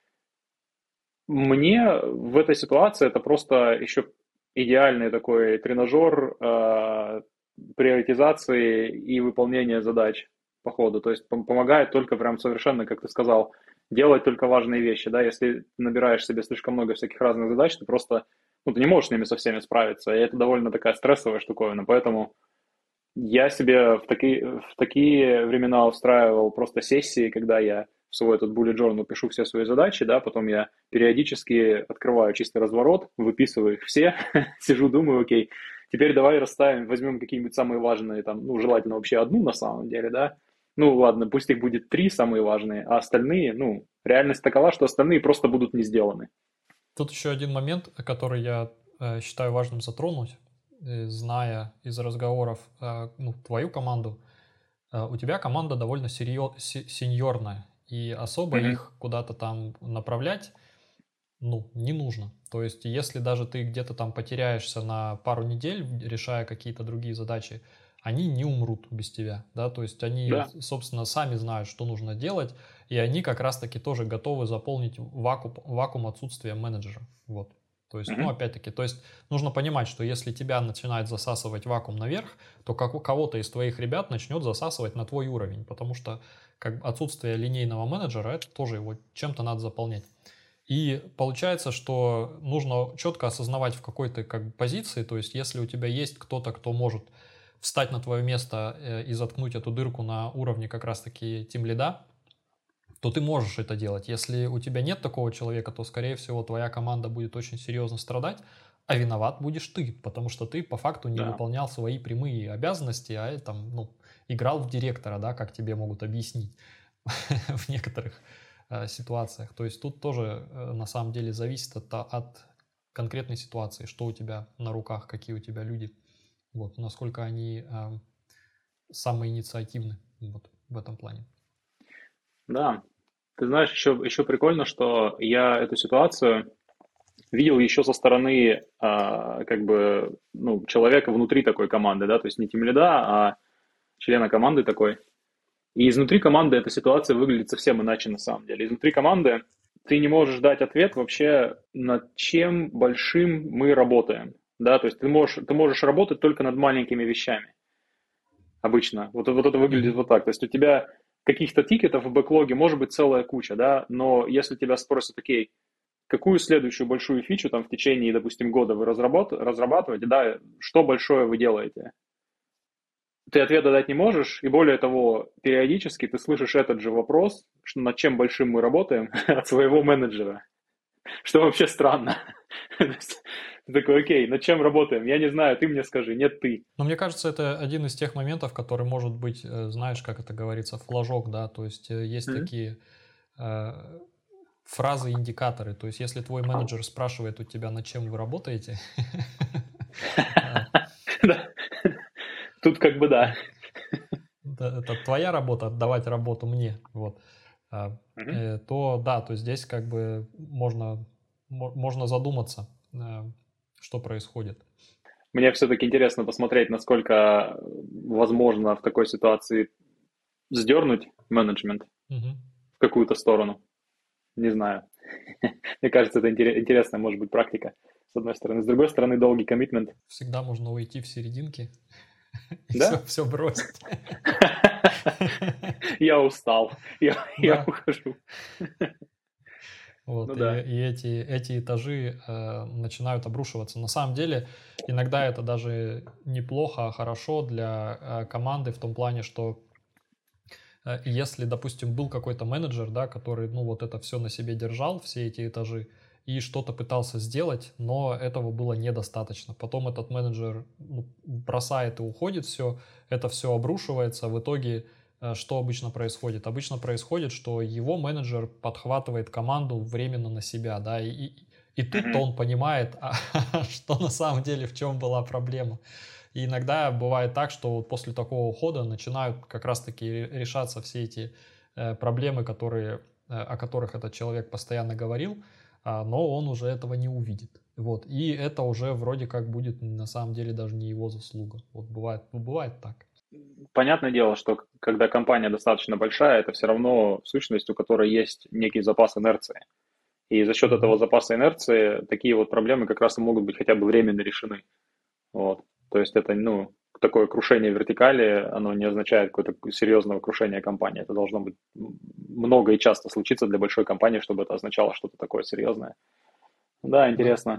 Мне в этой ситуации это просто еще идеальный такой тренажер э, приоритизации и выполнения задач. по ходу, то есть помогает только прям совершенно, как ты сказал, делать только важные вещи, да, если ты набираешь себе слишком много всяких разных задач, ты просто, ну, ты не можешь с ними со всеми справиться, и это довольно такая стрессовая штуковина, поэтому я себе в такие, в такие времена устраивал просто сессии, когда я в свой этот bullet journal пишу все свои задачи, да, потом я периодически открываю чистый разворот, выписываю их все, сижу, думаю, окей, теперь давай расставим, возьмем какие-нибудь самые важные, там, ну, желательно вообще одну на самом деле, да, ну, ладно, пусть их будет три самые важные, а остальные, ну, реальность такова, что остальные просто будут не сделаны. Тут еще один момент, который я э, считаю важным затронуть, э, зная из разговоров э, ну, твою команду. Э, у тебя команда довольно серьё- се- сеньорная, и особо Мгм. их куда-то там направлять, ну, не нужно. То есть, если даже ты где-то там потеряешься на пару недель, решая какие-то другие задачи, они не умрут без тебя, да, то есть они, Да. собственно, сами знают, что нужно делать, и они как раз-таки тоже готовы заполнить вакуум, вакуум отсутствия менеджера, вот. То есть, ну, Мгм. опять-таки, то есть нужно понимать, что если тебя начинает засасывать вакуум наверх, то как у кого-то из твоих ребят начнет засасывать на твой уровень, потому что как бы отсутствие линейного менеджера, это тоже его чем-то надо заполнять. И получается, что нужно четко осознавать в какой-то как бы позиции, то есть если у тебя есть кто-то, кто может встать на твое место э, и заткнуть эту дырку на уровне как раз-таки тимлида, то ты можешь это делать. Если у тебя нет такого человека, то, скорее всего, твоя команда будет очень серьезно страдать, а виноват будешь ты, потому что ты по факту не Да. выполнял свои прямые обязанности, а там, ну, играл в директора, да, как тебе могут объяснить в некоторых э, ситуациях. То есть тут тоже э, на самом деле зависит от, от конкретной ситуации, что у тебя на руках, какие у тебя люди, вот, насколько они э, самоинициативны вот, в этом плане. Да. Ты знаешь, еще, еще прикольно, что я эту ситуацию видел еще со стороны а, как бы, ну, человека внутри такой команды, да, то есть не тимлида, а члена команды такой. И изнутри команды эта ситуация выглядит совсем иначе на самом деле. Изнутри команды ты не можешь дать ответ вообще, над чем большим мы работаем. Да, то есть ты можешь, ты можешь работать только над маленькими вещами обычно. Вот, вот это выглядит Мгм. вот так. То есть у тебя каких-то тикетов в бэклоге может быть целая куча, да, но если тебя спросят, окей, какую следующую большую фичу там в течение, допустим, года вы разработ- разрабатываете, да, что большое вы делаете? Ты ответа дать не можешь, и более того, периодически ты слышишь этот же вопрос, что над чем большим мы работаем, от своего менеджера, что вообще странно. Ты такой, окей, над чем работаем? Я не знаю, ты мне скажи, нет, ты. Но мне кажется, это один из тех моментов, который может быть, э, знаешь, как это говорится, флажок, да, то есть э, есть Мгм. такие э, фразы-индикаторы, то есть если твой менеджер спрашивает у тебя, над чем вы работаете, а, Да. Тут как бы да. да, это это твоя работа, отдавать работу мне, вот, а, Мгм. э, то да, то здесь как бы можно, мо- можно задуматься, э, что происходит. Мне все-таки интересно посмотреть, насколько возможно в такой ситуации сдернуть менеджмент Мгм. в какую-то сторону. Не знаю. Мне кажется, это интере- интересная, может быть, практика, с одной стороны. С другой стороны, долгий коммитмент. Всегда можно уйти в серединке и все, Да? все бросить. Я устал. Я, я Да. ухожу. Ну Вот, и, да. и эти, эти этажи э, начинают обрушиваться. На самом деле, иногда это даже неплохо, а хорошо для э, команды в том плане, что э, если, допустим, был какой-то менеджер, да, который, ну, вот это все на себе держал, все эти этажи, и что-то пытался сделать, но этого было недостаточно. Потом этот менеджер ну, бросает и уходит все, это все обрушивается, в итоге э, что обычно происходит? Обычно происходит, что его менеджер подхватывает команду временно на себя, да, и, и, и тут-то Мгм. он понимает, а, что на самом деле, в чем была проблема. И иногда бывает так, что вот после такого ухода начинают как раз-таки решаться все эти э, проблемы, которые, э, о которых этот человек постоянно говорил, а, но он уже этого не увидит. Вот. И это уже вроде как будет на самом деле даже не его заслуга. Вот бывает, ну, бывает так. Понятное дело, что когда компания достаточно большая, это все равно сущность, у которой есть некий запас инерции. И за счет Мгм. этого запаса инерции такие вот проблемы как раз и могут быть хотя бы временно решены. Вот. То есть это, ну, такое крушение вертикали, оно не означает какое-то серьезное крушение компании. Это должно быть много и часто случиться для большой компании, чтобы это означало что-то такое серьезное. Да, Да. интересно.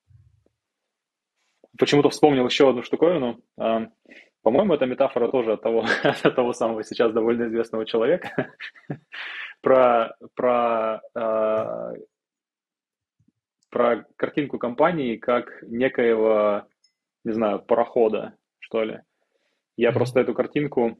Почему-то вспомнил еще одну штуковину. А, По-моему, эта метафора тоже от того, от того самого сейчас довольно известного человека. Про, про, а, про картинку компании как некоего, не знаю, парохода, что ли. Я Мгм. просто эту картинку,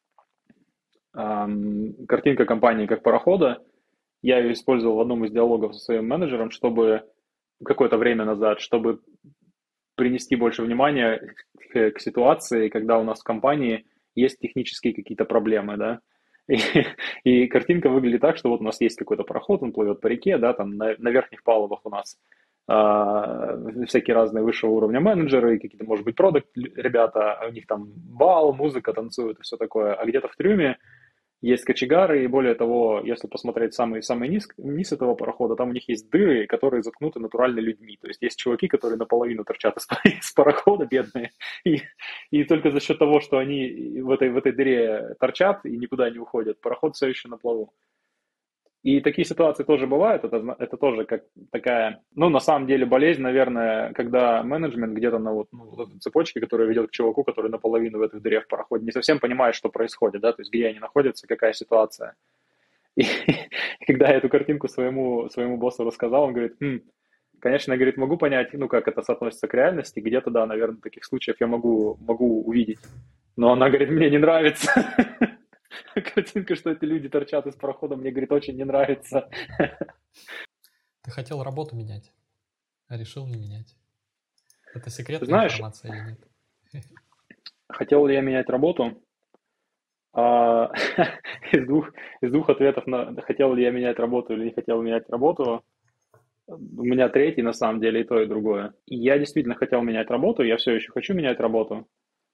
ам, картинка компании как парохода, я ее использовал в одном из диалогов со своим менеджером, чтобы какое-то время назад, чтобы принести больше внимания к, к ситуации, когда у нас в компании есть технические какие-то проблемы, да. И, и картинка выглядит так, что вот у нас есть какой-то пароход, он плывет по реке, да, там на, на верхних палубах у нас а, всякие разные высшего уровня менеджеры, какие-то, может быть, продукт ребята, а у них там бал, музыка танцует и все такое, а где-то в трюме есть кочегары, и более того, если посмотреть самый, самый низ, низ этого парохода, там у них есть дыры, которые заткнуты натурально людьми. То есть есть чуваки, которые наполовину торчат из, из парохода, бедные, и, и только за счет того, что они в этой, в этой дыре торчат и никуда не уходят, пароход все еще на плаву. И такие ситуации тоже бывают, это, это тоже как такая, ну, на самом деле, болезнь, наверное, когда менеджмент где-то на вот, ну, вот этой цепочке, которая ведет к чуваку, который наполовину в этой дыре в пароходе, не совсем понимает, что происходит, да, то есть где они находятся, какая ситуация. И когда я эту картинку своему, своему боссу рассказал, он говорит, хм, конечно, говорит, могу понять, ну, как это соотносится к реальности, где-то, да, наверное, таких случаев я могу, могу увидеть, но она говорит, мне не нравится. Картинка, что эти люди торчат из парохода, мне, говорит, очень не нравится. Ты хотел работу менять, а решил не менять. Это секретная Знаешь, информация или нет? хотел ли я менять работу? А, из двух, из двух ответов на хотел ли я менять работу или не хотел менять работу, у меня третий на самом деле и то, и другое. И я действительно хотел менять работу, я все еще хочу менять работу,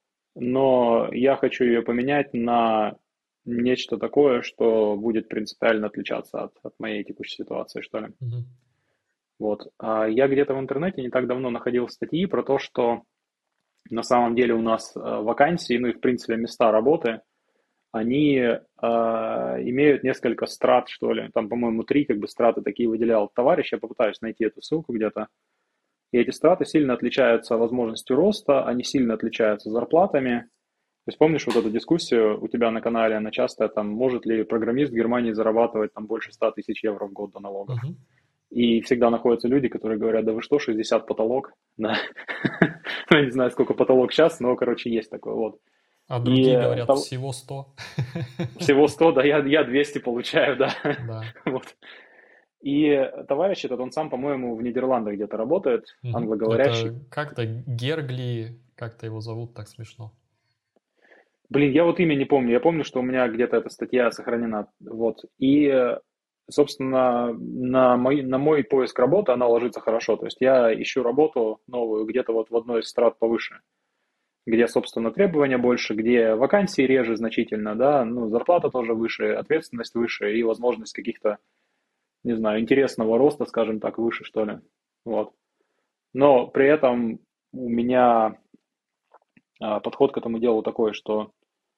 но я хочу ее поменять на нечто такое, что будет принципиально отличаться от, от моей текущей ситуации, что ли. Мгм. Вот. А я где-то в интернете не так давно находил статьи про то, что на самом деле у нас э, вакансии, ну и в принципе места работы, они э, имеют несколько страт, что ли. Там, по-моему, три как бы страты такие выделял товарищ. Я попытаюсь найти эту ссылку где-то. И эти страты сильно отличаются возможностью роста, они сильно отличаются зарплатами. То есть помнишь вот эту дискуссию у тебя на канале, она часто там, может ли программист в Германии зарабатывать там больше ста тысяч евро в год до налогов? Мгм. И всегда находятся люди, которые говорят, да вы что, шестьдесят потолок? Да. Я не знаю, сколько потолок сейчас, но, короче, есть такой вот. А другие И говорят там всего сто. всего сто, да, я, я двести получаю, да. Да. Вот. И товарищ этот, он сам, по-моему, в Нидерландах где-то работает, Мгм. англоговорящий. Это как-то Гергли, как-то его зовут, так смешно. Блин, я вот имя не помню. Я помню, что у меня где-то эта статья сохранена. Вот. И, собственно, на мой, на мой поиск работы она ложится хорошо. То есть я ищу работу новую где-то вот в одной из страт повыше, где, собственно, требования больше, где вакансии реже значительно, да, ну, зарплата тоже выше, ответственность выше и возможность каких-то, не знаю, интересного роста, скажем так, выше, что ли. Вот. Но при этом у меня а, подход к этому делу такой, что,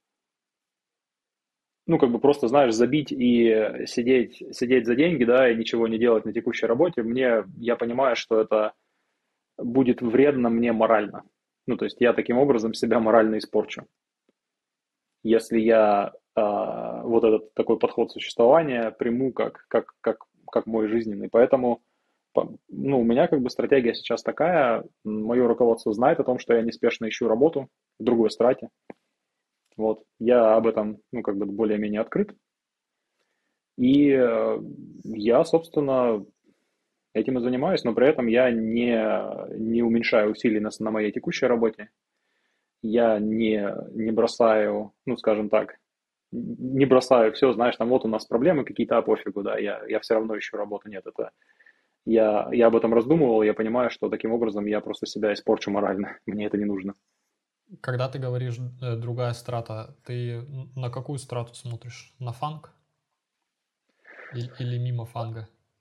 ну, как бы просто, знаешь, забить и сидеть, сидеть за деньги, да, и ничего не делать на текущей работе, мне, я понимаю, что это будет вредно мне морально. Ну, то есть я таким образом себя морально испорчу. Если я а, вот этот такой подход существования приму как, как, как, как мой жизненный. Поэтому ну, у меня как бы стратегия сейчас такая, мое руководство знает о том, что я неспешно ищу работу в другой страте. Вот. Я об этом, ну, как бы более-менее открыт. И э, я, собственно, этим и занимаюсь, но при этом я не, не уменьшаю усилий на, на моей текущей работе. Я не, не бросаю, ну, скажем так, не бросаю все, знаешь, там вот у нас проблемы какие-то, а пофигу, да, я, я все равно ищу работу. Нет, это я, я об этом раздумывал, я понимаю, что таким образом я просто себя испорчу морально. Мне это не нужно. Когда ты говоришь э, другая страта, ты н- на какую страту смотришь? На фанк или, или мимо фанга?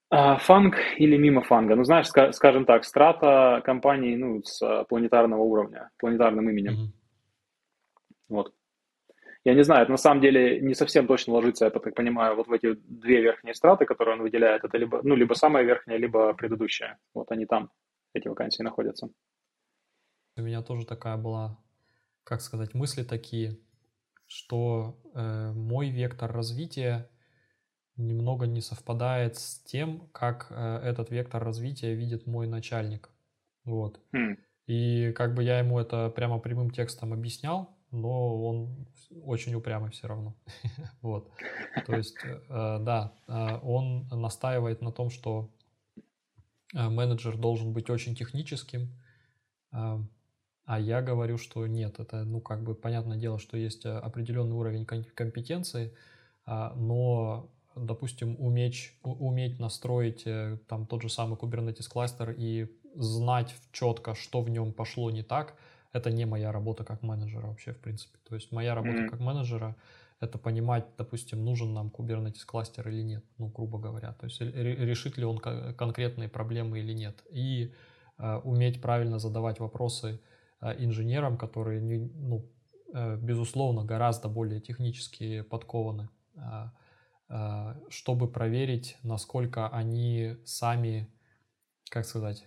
А, фанг или мимо фанга? Ну, знаешь, ска- скажем так, страта компаний, ну, с а, планетарного уровня, планетарным именем. Мгм. Вот. Я не знаю, это на самом деле не совсем точно ложится, я так понимаю, вот в эти две верхние страты, которые он выделяет. Это либо, ну, либо самая верхняя, либо предыдущая. Вот они там, эти вакансии находятся. У меня тоже такая была, как сказать, мысли такие, что э, мой вектор развития немного не совпадает с тем, как э, этот вектор развития видит мой начальник. Вот. Хм. И как бы я ему это прямо прямым текстом объяснял, но он очень упрямый все равно. Вот. То есть, э, да, э, он настаивает на том, что э, менеджер должен быть очень техническим, а а я говорю, что нет, это, ну, как бы, понятное дело, что есть э, определенный уровень ком- компетенции, а, но, допустим, уметь, у- уметь настроить э, там тот же самый Kubernetes кластер и знать четко, что в нем пошло не так, это не моя работа как менеджера вообще, в принципе. То есть моя работа Мгм. как менеджера — это понимать, допустим, нужен нам Kubernetes кластер или нет, ну, грубо говоря. То есть ре- решит ли он ко- конкретные проблемы или нет. И э, уметь правильно задавать вопросы э, инженерам, которые, не- ну, э, безусловно, гораздо более технически подкованы, а, а, чтобы проверить, насколько они сами, как сказать,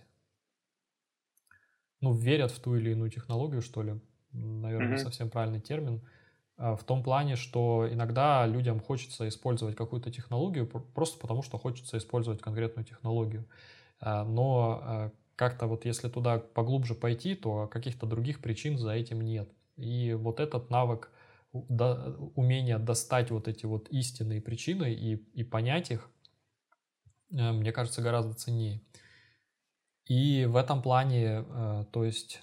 ну, верят в ту или иную технологию, что ли, наверное, не Мгм. совсем правильный термин, а, в том плане, что иногда людям хочется использовать какую-то технологию пр- просто потому, что хочется использовать конкретную технологию. А, Но а, как-то вот если туда поглубже пойти, то каких-то других причин за этим нет. И вот этот навык у- да- умение достать вот эти вот истинные причины и, и понять их, э, мне кажется, гораздо ценнее. И в этом плане, э, то есть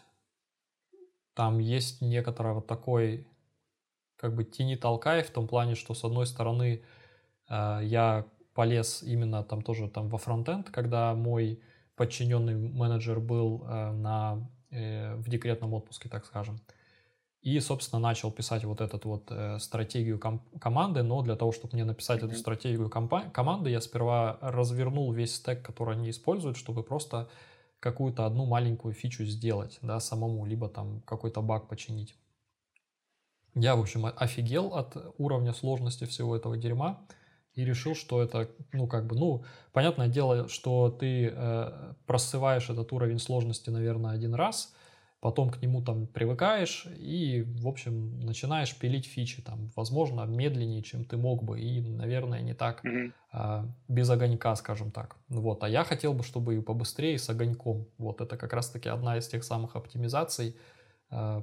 там есть некоторый вот такой как бы тяни-толкай в том плане, что с одной стороны э, я полез именно там тоже там во фронтенд, когда мой подчиненный менеджер был э, на, э, в декретном отпуске, так скажем. И, собственно, начал писать вот эту вот э, стратегию ком- команды, но для того, чтобы мне написать эту Мгм. стратегию компа- команды, я сперва развернул весь стек, который они используют, чтобы просто какую-то одну маленькую фичу сделать, да, самому, либо там какой-то баг починить. Я, в общем, офигел от уровня сложности всего этого дерьма и решил, что это, ну, как бы, ну, понятное дело, что ты э, просываешь этот уровень сложности, наверное, один раз, потом к нему там привыкаешь и, в общем, начинаешь пилить фичи, там, возможно, медленнее, чем ты мог бы, и, наверное, не так Мгм. э, без огонька, скажем так. Вот, а я хотел бы, чтобы и побыстрее с огоньком. Вот, это как раз-таки одна из тех самых оптимизаций, э,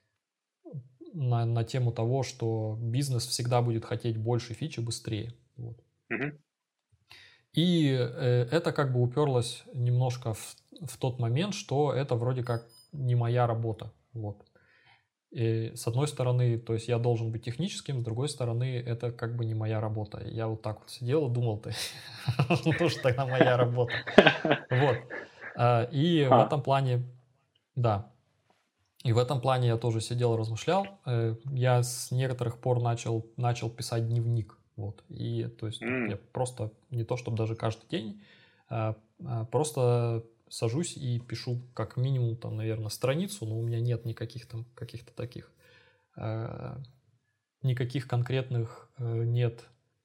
на, на тему того, что бизнес всегда будет хотеть больше фичи быстрее. Вот. Мгм. И э, это как бы уперлось немножко в, в тот момент, что это вроде как не моя работа. Вот. И с одной стороны, то есть я должен быть техническим, с другой стороны, это как бы не моя работа. Я вот так вот сидел и думал, ты, ну что тогда моя работа. Вот. А, И в Ха. этом плане, да, И в этом плане я тоже сидел, размышлял. Э, Я с некоторых пор начал, начал писать дневник. Вот. И то есть тут я М. просто не то, чтобы даже каждый день, а, а просто сажусь и пишу как минимум там, наверное, страницу, но у меня нет никаких там каких-то таких, а, никаких конкретных э, нет,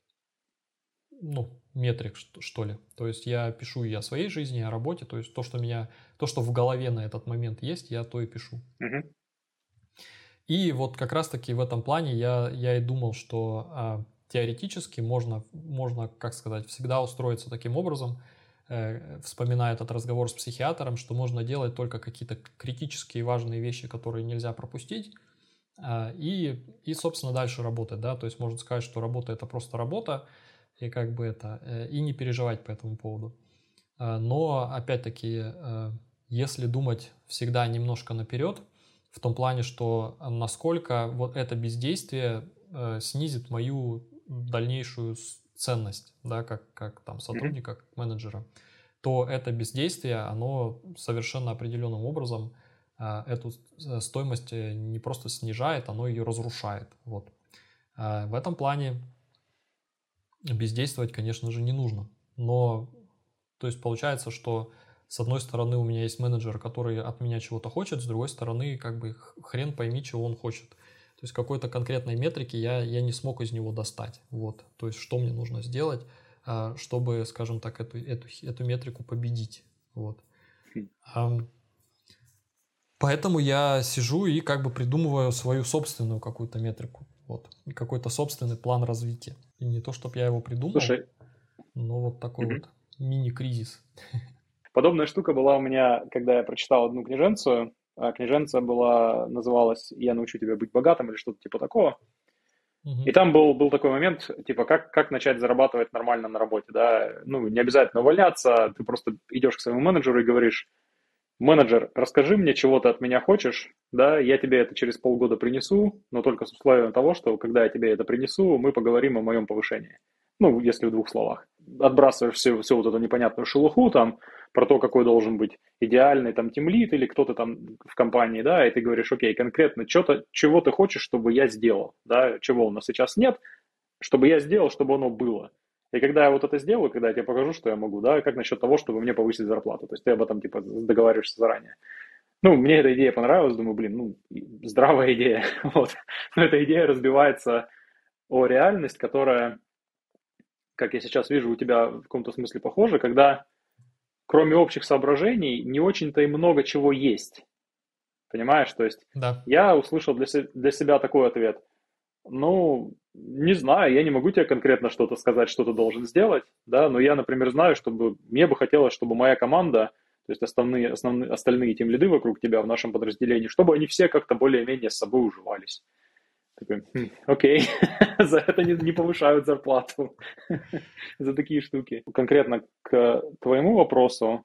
ну, метрик, что, что ли. То есть я пишу и о своей жизни, и о работе. То есть то, что меня, то, что в голове на этот момент есть, я то и пишу. Мгм. И вот как раз-таки в этом плане я, я и думал, что а, теоретически можно, можно, как сказать, всегда устроиться таким образом, э, вспоминая этот разговор с психиатром, что можно делать только какие-то критические важные вещи, которые нельзя пропустить, а, и, и, собственно, дальше работать, да, то есть можно сказать, что работа — это просто работа, и как бы это, э, и не переживать по этому поводу. А, Но, опять-таки, э, если думать всегда немножко наперед, в том плане, что а, насколько вот это бездействие э, снизит мою дальнейшую с- ценность, да, как, как там Мгм. сотрудника, как менеджера, то это бездействие, оно совершенно определенным образом а, эту с- стоимость э, не просто снижает, оно ее разрушает. Вот. А В этом плане бездействовать, конечно же, не нужно. Но То есть получается, что с одной стороны у меня есть менеджер, который от меня чего-то хочет, с другой стороны как бы хрен пойми, чего он хочет. То есть какой-то конкретной метрики я, я не смог из него достать. Вот. То есть что мне нужно сделать, чтобы, скажем так, эту, эту, эту метрику победить. Вот. Поэтому я сижу и как бы придумываю свою собственную какую-то метрику, вот, и какой-то собственный план развития. И не то, чтобы я его придумал, Слушай, но вот такой угу. вот мини-кризис. Подобная штука была у меня, когда я прочитал одну книженцию. А книженция была, называлась «Я научу тебя быть богатым» или что-то типа такого. Угу. И там был, был такой момент, типа, как, как начать зарабатывать нормально на работе, да, ну, не обязательно увольняться, ты просто идешь к своему менеджеру и говоришь: менеджер, расскажи мне, чего ты от меня хочешь, да, я тебе это через полгода принесу, но только с условием того, что когда я тебе это принесу, мы поговорим о моем повышении. Ну, если в двух словах. Отбрасываешь всю, всю вот эту непонятную шелуху там про то, какой должен быть идеальный там тимлид или кто-то там в компании, да, и ты говоришь: окей, конкретно что-то, чего ты хочешь, чтобы я сделал, да, чего у нас сейчас нет, чтобы я сделал, чтобы оно было. И когда я вот это сделаю, когда я тебе покажу, что я могу, да, как насчет того, чтобы мне повысить зарплату, то есть ты об этом, типа, договариваешься заранее. Ну, мне эта идея понравилась, думаю, блин, ну, здравая идея, вот. Но эта идея разбивается о реальность, которая, как я сейчас вижу, у тебя в каком-то смысле похожа, когда кроме общих соображений не очень-то и много чего есть, понимаешь, то есть Да. я услышал для, се- для себя такой ответ: ну, не знаю, я не могу тебе конкретно что-то сказать, что ты должен сделать, да, но я, например, знаю, чтобы мне бы хотелось, чтобы моя команда, то есть основные, основные, остальные тимлиды вокруг тебя в нашем подразделении, чтобы они все как-то более-менее с собой уживались. Такой: хм, окей, за это не, не повышают зарплату, за такие штуки. Конкретно к твоему вопросу,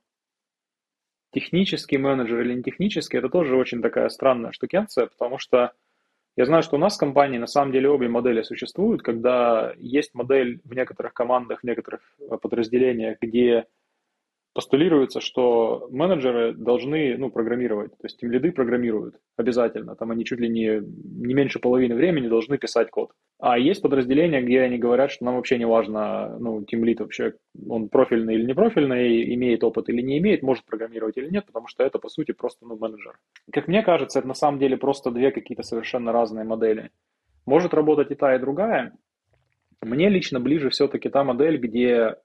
технический менеджер или не технический, это тоже очень такая странная штукенция, потому что я знаю, что у нас в компании на самом деле обе модели существуют, когда есть модель в некоторых командах, в некоторых подразделениях, где постулируется, что менеджеры должны, ну, программировать, то есть тимлиды программируют обязательно, там они чуть ли не, не меньше половины времени должны писать код. А есть подразделения, где они говорят, что нам вообще не важно, ну, тимлид вообще, он профильный или не профильный, имеет опыт или не имеет, может программировать или нет, потому что это, по сути, просто, ну, менеджер. Как мне кажется, это на самом деле просто две какие-то совершенно разные модели. Может работать и та, и другая. Мне лично ближе все-таки та модель, где,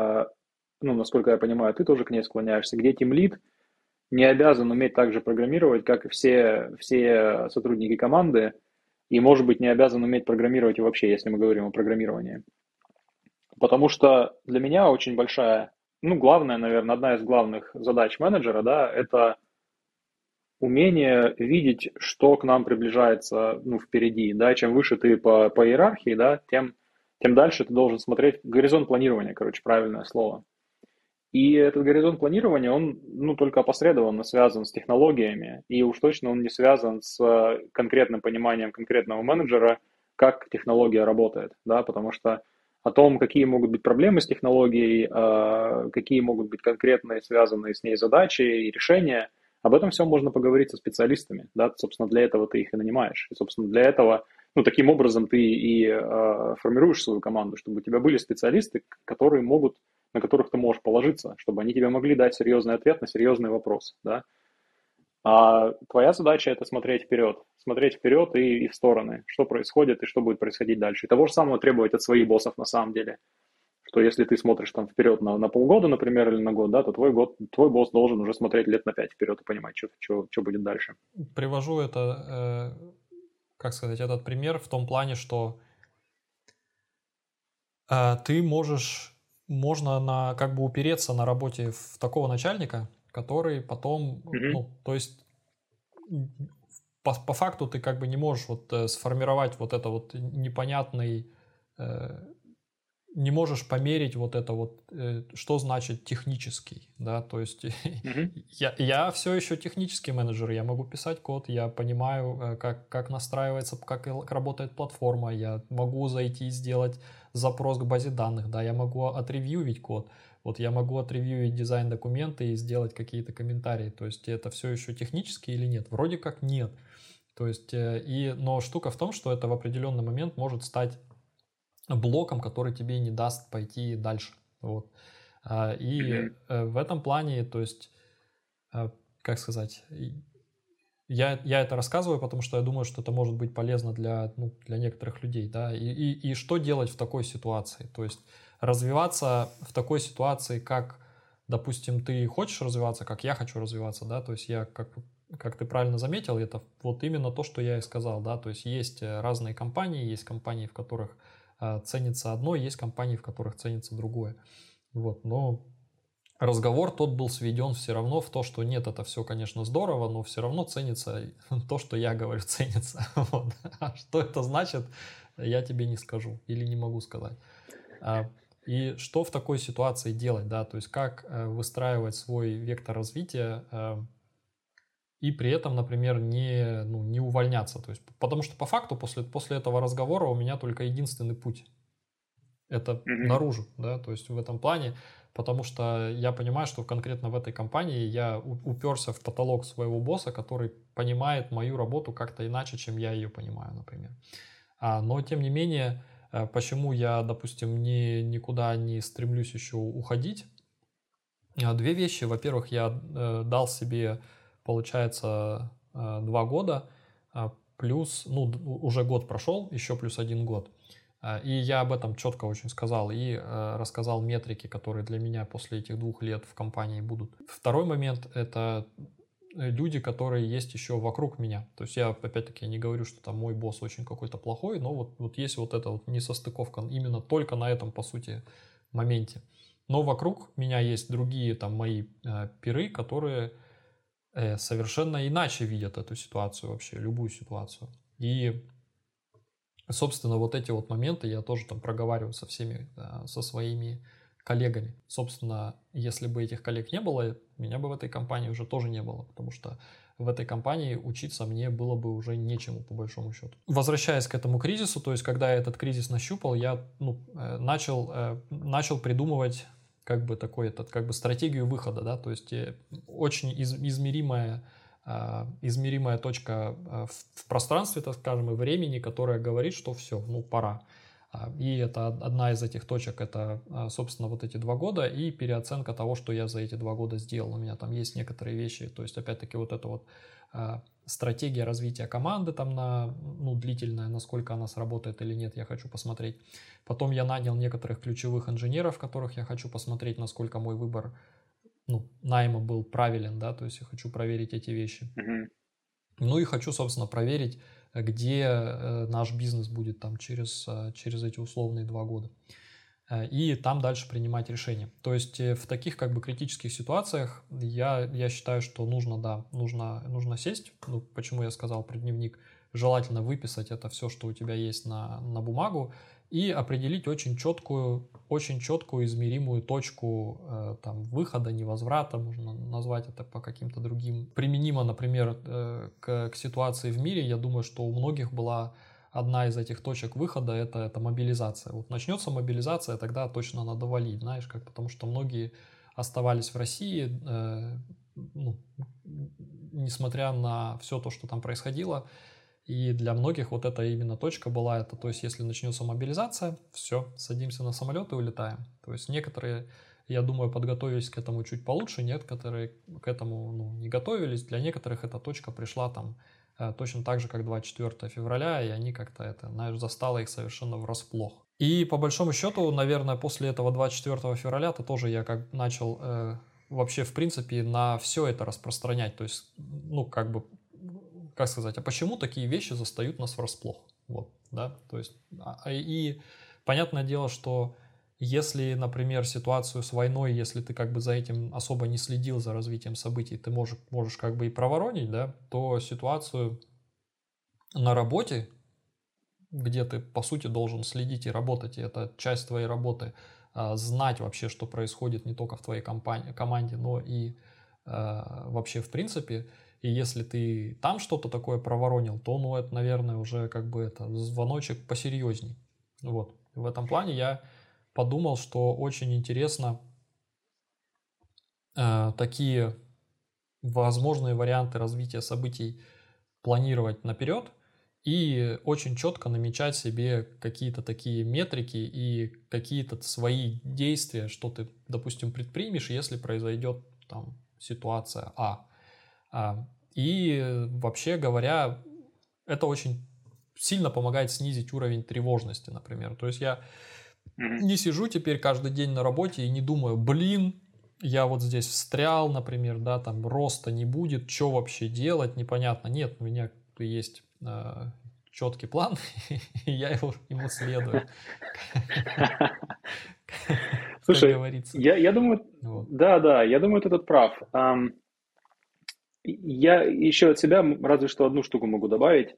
ну, насколько я понимаю, ты тоже к ней склоняешься, где тимлид не обязан уметь так же программировать, как и все, все сотрудники команды, и, может быть, не обязан уметь программировать и вообще, если мы говорим о программировании. Потому что для меня очень большая, ну, главная, наверное, одна из главных задач менеджера, да, это умение видеть, что к нам приближается, ну, впереди, да, чем выше ты по, по иерархии, да, тем, тем дальше ты должен смотреть, горизонт планирования, короче, правильное слово. И этот горизонт планирования, он, ну, только опосредованно связан с технологиями, и уж точно он не связан с конкретным пониманием конкретного менеджера, как технология работает, да, потому что о том, какие могут быть проблемы с технологией, какие могут быть конкретные связанные с ней задачи и решения, об этом всем можно поговорить со специалистами, да, собственно, для этого ты их и нанимаешь, и, собственно, для этого, ну, таким образом ты и э, формируешь свою команду, чтобы у тебя были специалисты, которые могут, на которых ты можешь положиться, чтобы они тебе могли дать серьезный ответ на серьезный вопрос, да. А твоя задача – это смотреть вперед, смотреть вперед и, и в стороны, что происходит и что будет происходить дальше. И того же самого требовать от своих боссов на самом деле. Что если ты смотришь там вперед на, на полгода, например, или на год, да, то твой, год, твой босс должен уже смотреть лет на пять вперед и понимать, что, что, что будет дальше. Привожу это, э, как сказать, этот пример в том плане, что э, ты можешь, можно на, как бы упереться на работе в такого начальника, который потом, Угу. ну, то есть по, по факту ты как бы не можешь вот э, сформировать вот это вот непонятный, э, не можешь померить вот это вот, э, что значит технический, да, то есть Угу. я, я все еще технический менеджер, я могу писать код, я понимаю, э, как, как настраивается, как работает платформа, я могу зайти и сделать запрос к базе данных, да, я могу отревьюить код, вот я могу отревьюить дизайн-документы и сделать какие-то комментарии, то есть это все еще технически или нет? Вроде как нет. То есть, э, и, но штука в том, что это в определенный момент может стать блоком, который тебе не даст пойти дальше. Вот. И Mm-hmm. в этом плане, то есть, как сказать, я, я это рассказываю, потому что я думаю, что это может быть полезно для, ну, для некоторых людей, да, и, и, и что делать в такой ситуации, то есть развиваться в такой ситуации, как, допустим, ты хочешь развиваться, как я хочу развиваться, да, то есть я, как, как ты правильно заметил, это вот именно то, что я и сказал, да, то есть есть разные компании, есть компании, в которых э, ценится одно, есть компании, в которых ценится другое, вот, но разговор тот был сведен все равно в то, что нет, это все, конечно, здорово, но все равно ценится то, что я говорю, ценится. Вот. А что это значит, я тебе не скажу или не могу сказать. И что в такой ситуации делать, да, то есть как выстраивать свой вектор развития и при этом, например, не, ну, не увольняться. То есть, потому что по факту после, после этого разговора у меня только единственный путь. Это Mm-hmm. наружу, да, то есть в этом плане, потому что я понимаю, что конкретно в этой компании я уперся в потолок своего босса, который понимает мою работу как-то иначе, чем я ее понимаю, например. А, но, тем не менее, почему я, допустим, не, никуда не стремлюсь еще уходить? Две вещи. Во-первых, я э, дал себе, получается, э, два года, э, плюс, ну, уже год прошел, еще плюс один год. И я об этом четко очень сказал и э, рассказал метрики, которые для меня после этих двух лет в компании будут. Второй момент – это люди, которые есть еще вокруг меня. То есть я, опять-таки, не говорю, что там мой босс очень какой-то плохой, но вот, вот есть вот эта вот несостыковка именно только на этом, по сути, моменте. Но вокруг меня есть другие там мои э, пиры, которые э, совершенно иначе видят эту ситуацию вообще, любую ситуацию. И собственно, вот эти вот моменты я тоже там проговариваю со всеми, со своими коллегами. Собственно, если бы этих коллег не было, меня бы в этой компании уже тоже не было, потому что в этой компании учиться мне было бы уже нечему, по большому счету. Возвращаясь к этому кризису, то есть когда я этот кризис нащупал, я ну, начал, начал придумывать как бы такой этот, как бы стратегию выхода, да, то есть очень из, измеримая измеримая точка в пространстве, так скажем, и времени, которая говорит, что все, ну, пора. И это одна из этих точек, это, собственно, вот эти два года и переоценка того, что я за эти два года сделал. У меня там есть некоторые вещи, то есть, опять-таки, вот эта вот стратегия развития команды там на, ну, длительная, насколько она сработает или нет, я хочу посмотреть. Потом я нанял некоторых ключевых инженеров, которых я хочу посмотреть, насколько мой выбор ну, найма был правилен, да, то есть я хочу проверить эти вещи. Mm-hmm. Ну и хочу, собственно, проверить, где э, наш бизнес будет там через, через эти условные два года. И там дальше принимать решения. То есть в таких как бы критических ситуациях я, я считаю, что нужно, да, нужно, нужно сесть, ну, почему я сказал про дневник, желательно выписать это все, что у тебя есть на, на бумагу, и определить очень четкую, очень четкую измеримую точку э, там, выхода, невозврата, можно назвать это по каким-то другим. Применимо, например, э, к, к ситуации в мире, я думаю, что у многих была одна из этих точек выхода, это, это мобилизация. Вот начнется мобилизация, тогда точно надо валить, знаешь, как, потому что многие оставались в России, э, ну, несмотря на все то, что там происходило. И для многих вот это именно точка была, это, то есть если начнется мобилизация, все, садимся на самолет и улетаем. То есть некоторые, я думаю, подготовились к этому чуть получше, некоторые к этому ну, не готовились. Для некоторых эта точка пришла там э, точно так же, как двадцать четвёртого февраля, и они как-то это, знаешь, застало их совершенно врасплох. И по большому счету, наверное, после этого двадцать четвёртого февраля-то тоже я как начал э, вообще, в принципе, на все это распространять. То есть, ну, как бы как сказать, а почему такие вещи застают нас врасплох? Вот, да, то есть, и понятное дело, что если, например, ситуацию с войной, если ты как бы за этим особо не следил, за развитием событий, ты можешь, можешь как бы и проворонить, да, то ситуацию на работе, где ты, по сути, должен следить и работать, и это часть твоей работы, знать вообще, что происходит не только в твоей компании, команде, но и вообще в принципе. И если ты там что-то такое проворонил, то, ну, это, наверное, уже как бы это звоночек посерьезней. Вот. В этом плане я подумал, что очень интересно э, такие возможные варианты развития событий планировать наперед и очень четко намечать себе какие-то такие метрики и какие-то свои действия, что ты, допустим, предпримешь, если произойдет там ситуация А. А, И вообще говоря, это очень сильно помогает снизить уровень тревожности, например. То есть я Мгм. не сижу теперь каждый день на работе и не думаю, блин, я вот здесь встрял, например, да, там роста не будет, что вообще делать, непонятно. Нет, у меня есть э, четкий план, и я его, ему следую, как Слушай, говорится. я, я думаю, Вот. да, да, я думаю, ты тут прав. Ам, я еще от себя м, разве что одну штуку могу добавить.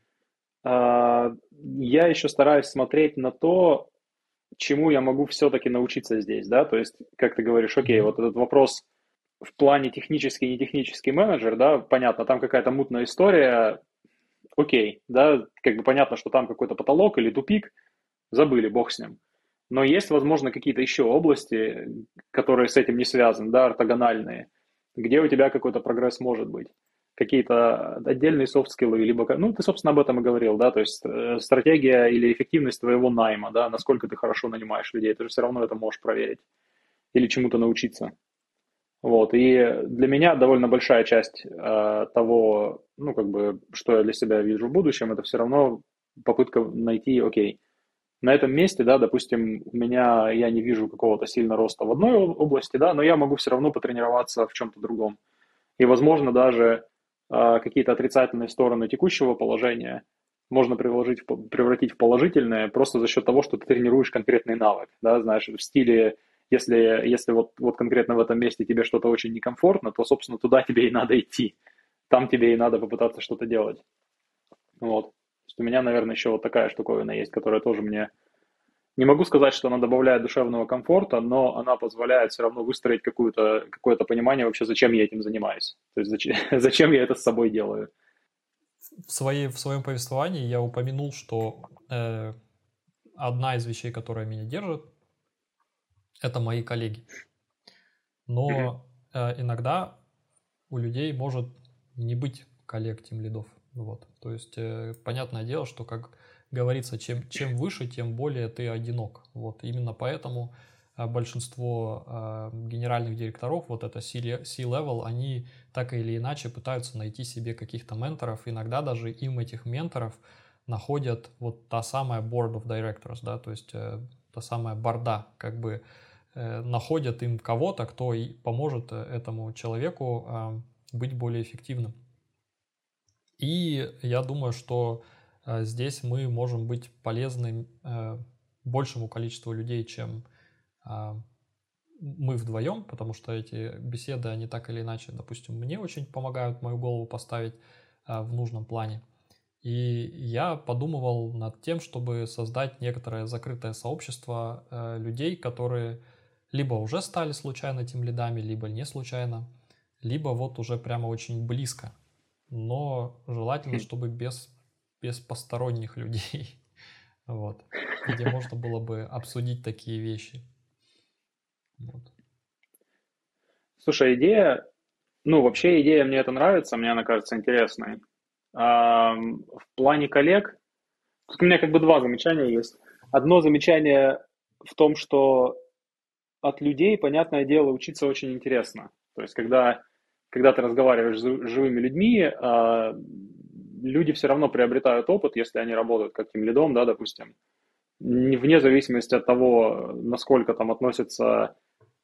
А, я еще стараюсь смотреть на то, чему я могу все-таки научиться здесь, да, то есть, как ты говоришь, окей, Мгм. вот этот вопрос в плане технический, не технический менеджер, да, понятно, там какая-то мутная история, окей, да, как бы понятно, что там какой-то потолок или тупик, забыли, бог с ним. Но есть, возможно, какие-то еще области, которые с этим не связаны, да, ортогональные, где у тебя какой-то прогресс может быть. Какие-то отдельные софт-скиллы, либо, ну, ты, собственно, об этом и говорил, да, то есть э, стратегия или эффективность твоего найма, да, насколько ты хорошо нанимаешь людей, ты же все равно это можешь проверить или чему-то научиться. Вот, и для меня довольно большая часть э, того, ну, как бы, что я для себя вижу в будущем, это все равно попытка найти, окей, на этом месте, да, допустим, у меня, я не вижу какого-то сильного роста в одной области, да, но я могу все равно потренироваться в чем-то другом. И, возможно, даже э, какие-то отрицательные стороны текущего положения можно приложить, в- превратить в положительное просто за счет того, что ты тренируешь конкретный навык, да, знаешь, в стиле, если, если вот, вот конкретно в этом месте тебе что-то очень некомфортно, то, собственно, туда тебе и надо идти, там тебе и надо попытаться что-то делать. Вот. То есть у меня, наверное, еще вот такая штуковина есть, которая тоже мне не могу сказать, что она добавляет душевного комфорта, но она позволяет все равно выстроить какую-то, какое-то понимание вообще, зачем я этим занимаюсь. То есть зачем, зачем я это с собой делаю. В, своей, в своем повествовании я упомянул, что э, одна из вещей, которая меня держит, это мои коллеги. Мгм. Но э, иногда у людей может не быть коллег тимлидов. Вот. То есть, э, понятное дело, что, как говорится, чем, чем выше, тем более ты одинок. Вот. Именно поэтому э, большинство э, генеральных директоров, вот это C-level, они так или иначе пытаются найти себе каких-то менторов. Иногда даже им этих менторов находят вот та самая board of directors, да, то есть э, та самая борда, как бы э, находят им кого-то, кто и поможет э, этому человеку э, быть более эффективным. И я думаю, что э, здесь мы можем быть полезны э, большему количеству людей, чем э, мы вдвоем, потому что эти беседы, они так или иначе, допустим, мне очень помогают мою голову поставить э, в нужном плане. И я подумывал над тем, чтобы создать некоторое закрытое сообщество э, людей, которые либо уже стали случайно тимлидами, либо не случайно, либо вот уже прямо очень близко. Но желательно, Хм. чтобы без, без посторонних людей. Вот. Где можно было бы обсудить такие вещи. Вот. Слушай, идея, ну, вообще идея, мне это нравится, мне она кажется интересной. Ам, в плане коллег, тут у меня как бы два замечания есть. Одно замечание в том, что от людей, понятное дело, учиться очень интересно. То есть, когда, когда ты разговариваешь с живыми людьми, а, люди все равно приобретают опыт, если они работают как тимлидом, да, допустим, не- вне зависимости от того, насколько там относится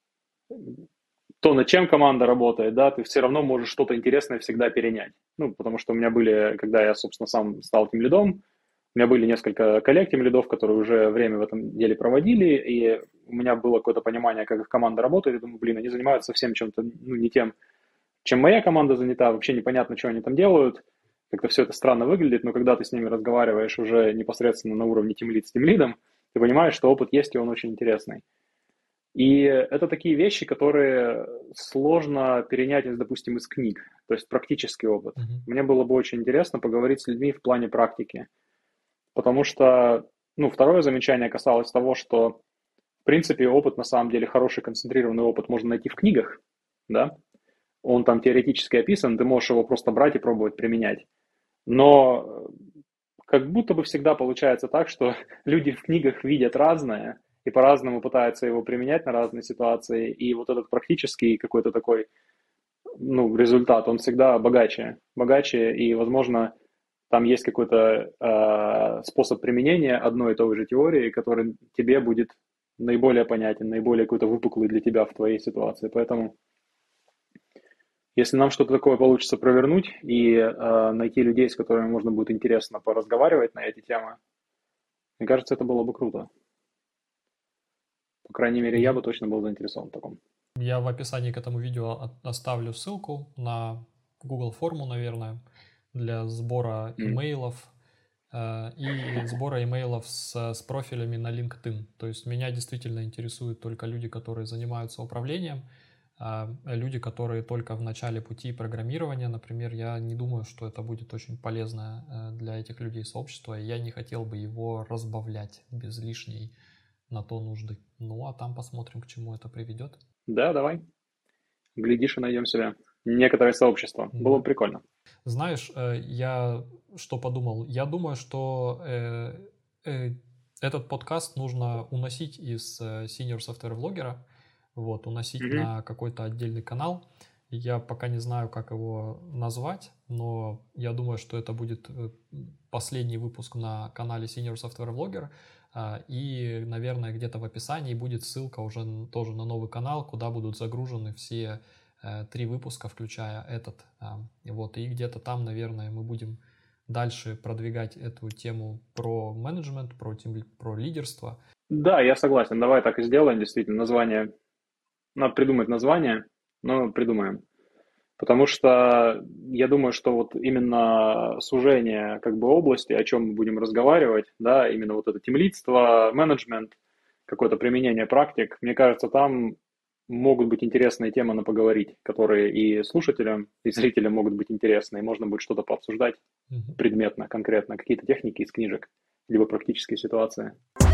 то, над чем команда работает, да, ты все равно можешь что-то интересное всегда перенять. Ну, потому что у меня были, когда я, собственно, сам стал тимлидом, у меня были несколько коллег тимлидов, которые уже время в этом деле проводили, и у меня было какое-то понимание, как их команда работает, и думаю, блин, они занимаются совсем чем-то, ну, не тем, чем моя команда занята, вообще непонятно, что они там делают, как-то все это странно выглядит, но когда ты с ними разговариваешь уже непосредственно на уровне тимлид с тимлидом, ты понимаешь, что опыт есть, и он очень интересный. И это такие вещи, которые сложно перенять, из, допустим, из книг, то есть практический опыт. Мгм. Мне было бы очень интересно поговорить с людьми в плане практики, потому что, ну, второе замечание касалось того, что, в принципе, опыт, на самом деле, хороший концентрированный опыт можно найти в книгах, да, он там теоретически описан, ты можешь его просто брать и пробовать применять. Но как будто бы всегда получается так, что люди в книгах видят разное и по-разному пытаются его применять на разные ситуации, и вот этот практический какой-то такой, ну, результат, он всегда богаче, богаче, и, возможно, там есть какой-то э, способ применения одной и той же теории, который тебе будет наиболее понятен, наиболее какой-то выпуклый для тебя в твоей ситуации. Поэтому, если нам что-то такое получится провернуть и э, найти людей, с которыми можно будет интересно поразговаривать на эти темы, мне кажется, это было бы круто. По крайней мере, я бы точно был заинтересован в таком. Я в описании к этому видео оставлю ссылку на Google форму, наверное, для сбора имейлов э, и сбора имейлов с, с профилями на LinkedIn. То есть меня действительно интересуют только люди, которые занимаются управлением, а люди, которые только в начале пути программирования, например, я не думаю, что это будет очень полезно э, для этих людей сообщества, и я не хотел бы его разбавлять без лишней на то нужды. Ну, а там посмотрим, к чему это приведет. Да, давай. Глядишь и найдем себе некоторое сообщество. Было бы прикольно. Знаешь, я что подумал? Я думаю, что э, э, этот подкаст нужно уносить из Senior Software Vlogger, вот, уносить Мгм. на какой-то отдельный канал. Я пока не знаю, как его назвать, но я думаю, что это будет последний выпуск на канале Senior Software Vlogger. И, наверное, где-то в описании будет ссылка уже тоже на новый канал, куда будут загружены все э, три выпуска, включая этот. Э, вот, и где-то там, наверное, мы будем дальше продвигать эту тему про менеджмент, про, тем, про лидерство. Да, я согласен. Давай так и сделаем, действительно. Название. Надо придумать название, но придумаем. Потому что я думаю, что вот именно сужение как бы области, о чем мы будем разговаривать, да, именно вот это тимлидство, менеджмент, какое-то применение практик, мне кажется, там могут быть интересные темы на поговорить, которые и слушателям, и зрителям могут быть интересны, и можно будет что-то пообсуждать Мгм. предметно, конкретно, какие-то техники из книжек, либо практические ситуации.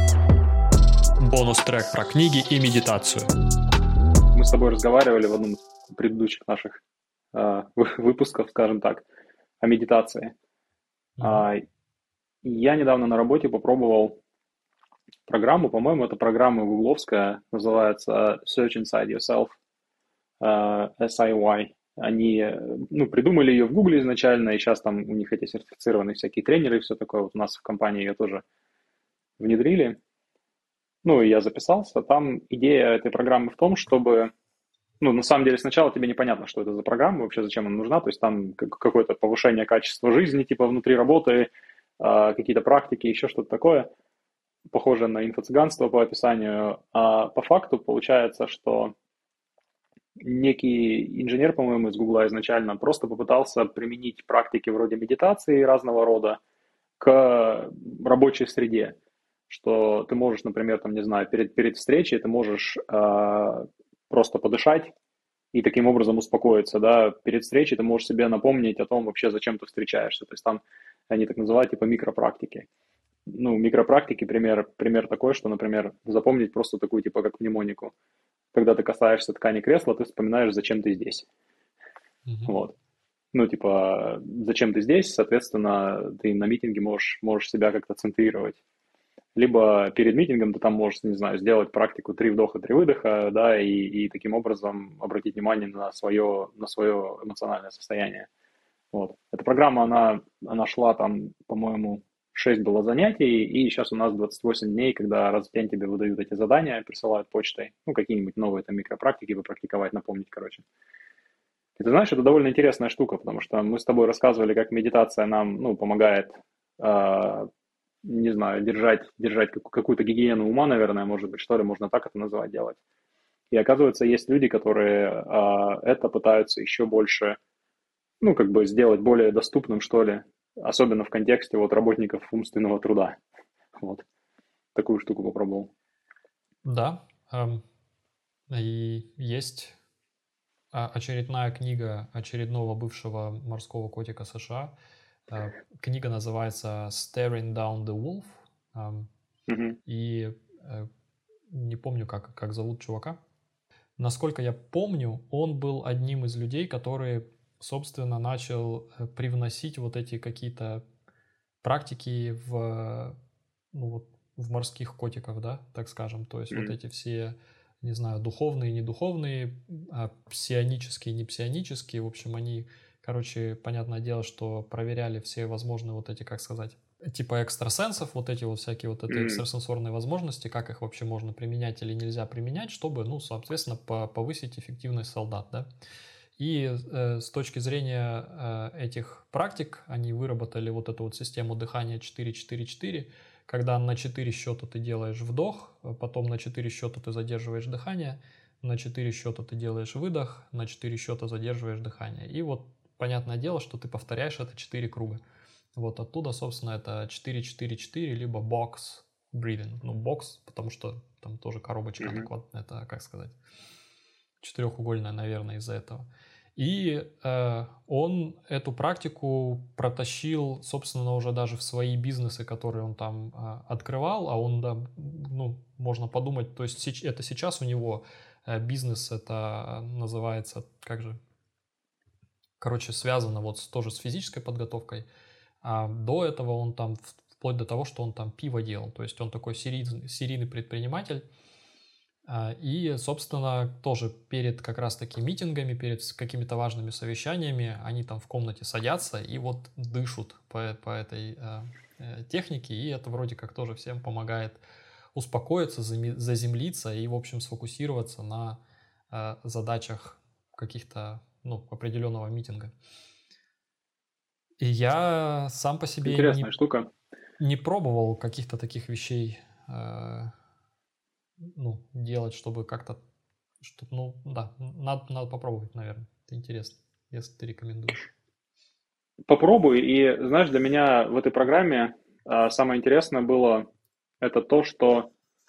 Бонус-трек про книги и медитацию. Мы с тобой разговаривали в одном из предыдущих наших э, выпусков, скажем так, о медитации. Мгм. Я недавно на работе попробовал программу, по-моему, это программа гугловская, называется Search Inside Yourself, эс ай уай. Они, ну, придумали ее в Гугле изначально, и сейчас там у них эти сертифицированные всякие тренеры и все такое. Вот у нас в компании ее тоже внедрили. Ну, и я записался. Там идея этой программы в том, чтобы... Ну, на самом деле, сначала тебе непонятно, что это за программа, вообще зачем она нужна. То есть там какое-то повышение качества жизни, типа внутри работы, какие-то практики, еще что-то такое, похоже на инфо-цыганство по описанию. А по факту получается, что некий инженер, по-моему, из Гугла изначально просто попытался применить практики вроде медитации разного рода к рабочей среде. Что ты можешь, например, там, не знаю, перед, перед встречей ты можешь э, просто подышать и таким образом успокоиться, да, перед встречей ты можешь себе напомнить о том вообще, зачем ты встречаешься. То есть там они так называют, типа, микропрактики. Ну, микропрактики, пример, пример такой, что, например, запомнить просто такую, типа, как мнемонику. Когда ты касаешься ткани кресла, ты вспоминаешь, зачем ты здесь. Мгм. Вот. Ну, типа, зачем ты здесь, соответственно, ты на митинге можешь, можешь себя как-то центрировать. Либо перед митингом ты там можешь, не знаю, сделать практику три вдоха, три выдоха, да, и, и таким образом обратить внимание на свое, на свое эмоциональное состояние. Вот. Эта программа, она, она шла там, по-моему, шесть было занятий, и сейчас у нас двадцать восемь дней, когда раз в день тебе выдают эти задания, присылают почтой, ну, какие-нибудь новые там микропрактики попрактиковать, напомнить, короче. И ты знаешь, это довольно интересная штука, потому что мы с тобой рассказывали, как медитация нам, ну, помогает, э, не знаю, держать, держать какую-то гигиену ума, наверное, может быть, что ли, можно так это назвать, делать. И оказывается, есть люди, которые э, это пытаются еще больше, ну, как бы сделать более доступным, что ли, особенно в контексте вот работников умственного труда. Вот. Такую штуку попробовал. Да, эм, и есть очередная книга очередного бывшего морского котика США. Э, Книга называется «Staring Down the Wolf». эм, Мгм. И э, не помню, как, как зовут чувака. Насколько я помню, он был одним из людей, который, собственно, начал э, привносить вот эти какие-то практики в, ну, вот, в морских котиках, да, так скажем. То есть Mm-hmm. вот эти все, не знаю, духовные, недуховные, а псионические, не псионические, в общем, они, короче, понятное дело, что проверяли все возможные вот эти, как сказать, типа экстрасенсов, вот эти вот всякие вот эти Mm-hmm. экстрасенсорные возможности, как их вообще можно применять или нельзя применять, чтобы, ну, соответственно, повысить эффективность солдат, да. И э, с точки зрения э, этих практик они выработали вот эту вот систему дыхания четыре четыре четыре, когда на четыре счета ты делаешь вдох, потом на четыре счета ты задерживаешь дыхание, на четыре счета ты делаешь выдох, на четыре счета задерживаешь дыхание. И вот понятное дело, что ты повторяешь это четыре круга. Вот оттуда, собственно, это четыре четыре четыре, либо box breathing. Ну, box, потому что там тоже коробочка, Mm-hmm. она, это, как сказать, четырехугольная, наверное, из-за этого. И э, он эту практику протащил, собственно, уже даже в свои бизнесы, которые он там э, открывал, а он, да, ну, можно подумать, то есть это сейчас у него э, бизнес, это называется, как же, короче, связано вот с, тоже с физической подготовкой, а до этого он там, вплоть до того, что он там пиво делал, то есть он такой серийный, серийный предприниматель. И, собственно, тоже перед как раз-таки митингами, перед какими-то важными совещаниями они там в комнате садятся и вот дышат по, по этой э, технике, и это вроде как тоже всем помогает успокоиться, заземлиться и, в общем, сфокусироваться на э, задачах каких-то, ну, определенного митинга. И я сам по себе Интересная не, штука. не пробовал каких-то таких вещей э, ну, делать, чтобы как-то, что, ну, да, надо, надо попробовать, наверное. Это интересно, если ты рекомендуешь. Попробуй. И, знаешь, для меня в этой программе а, самое интересное было это то, что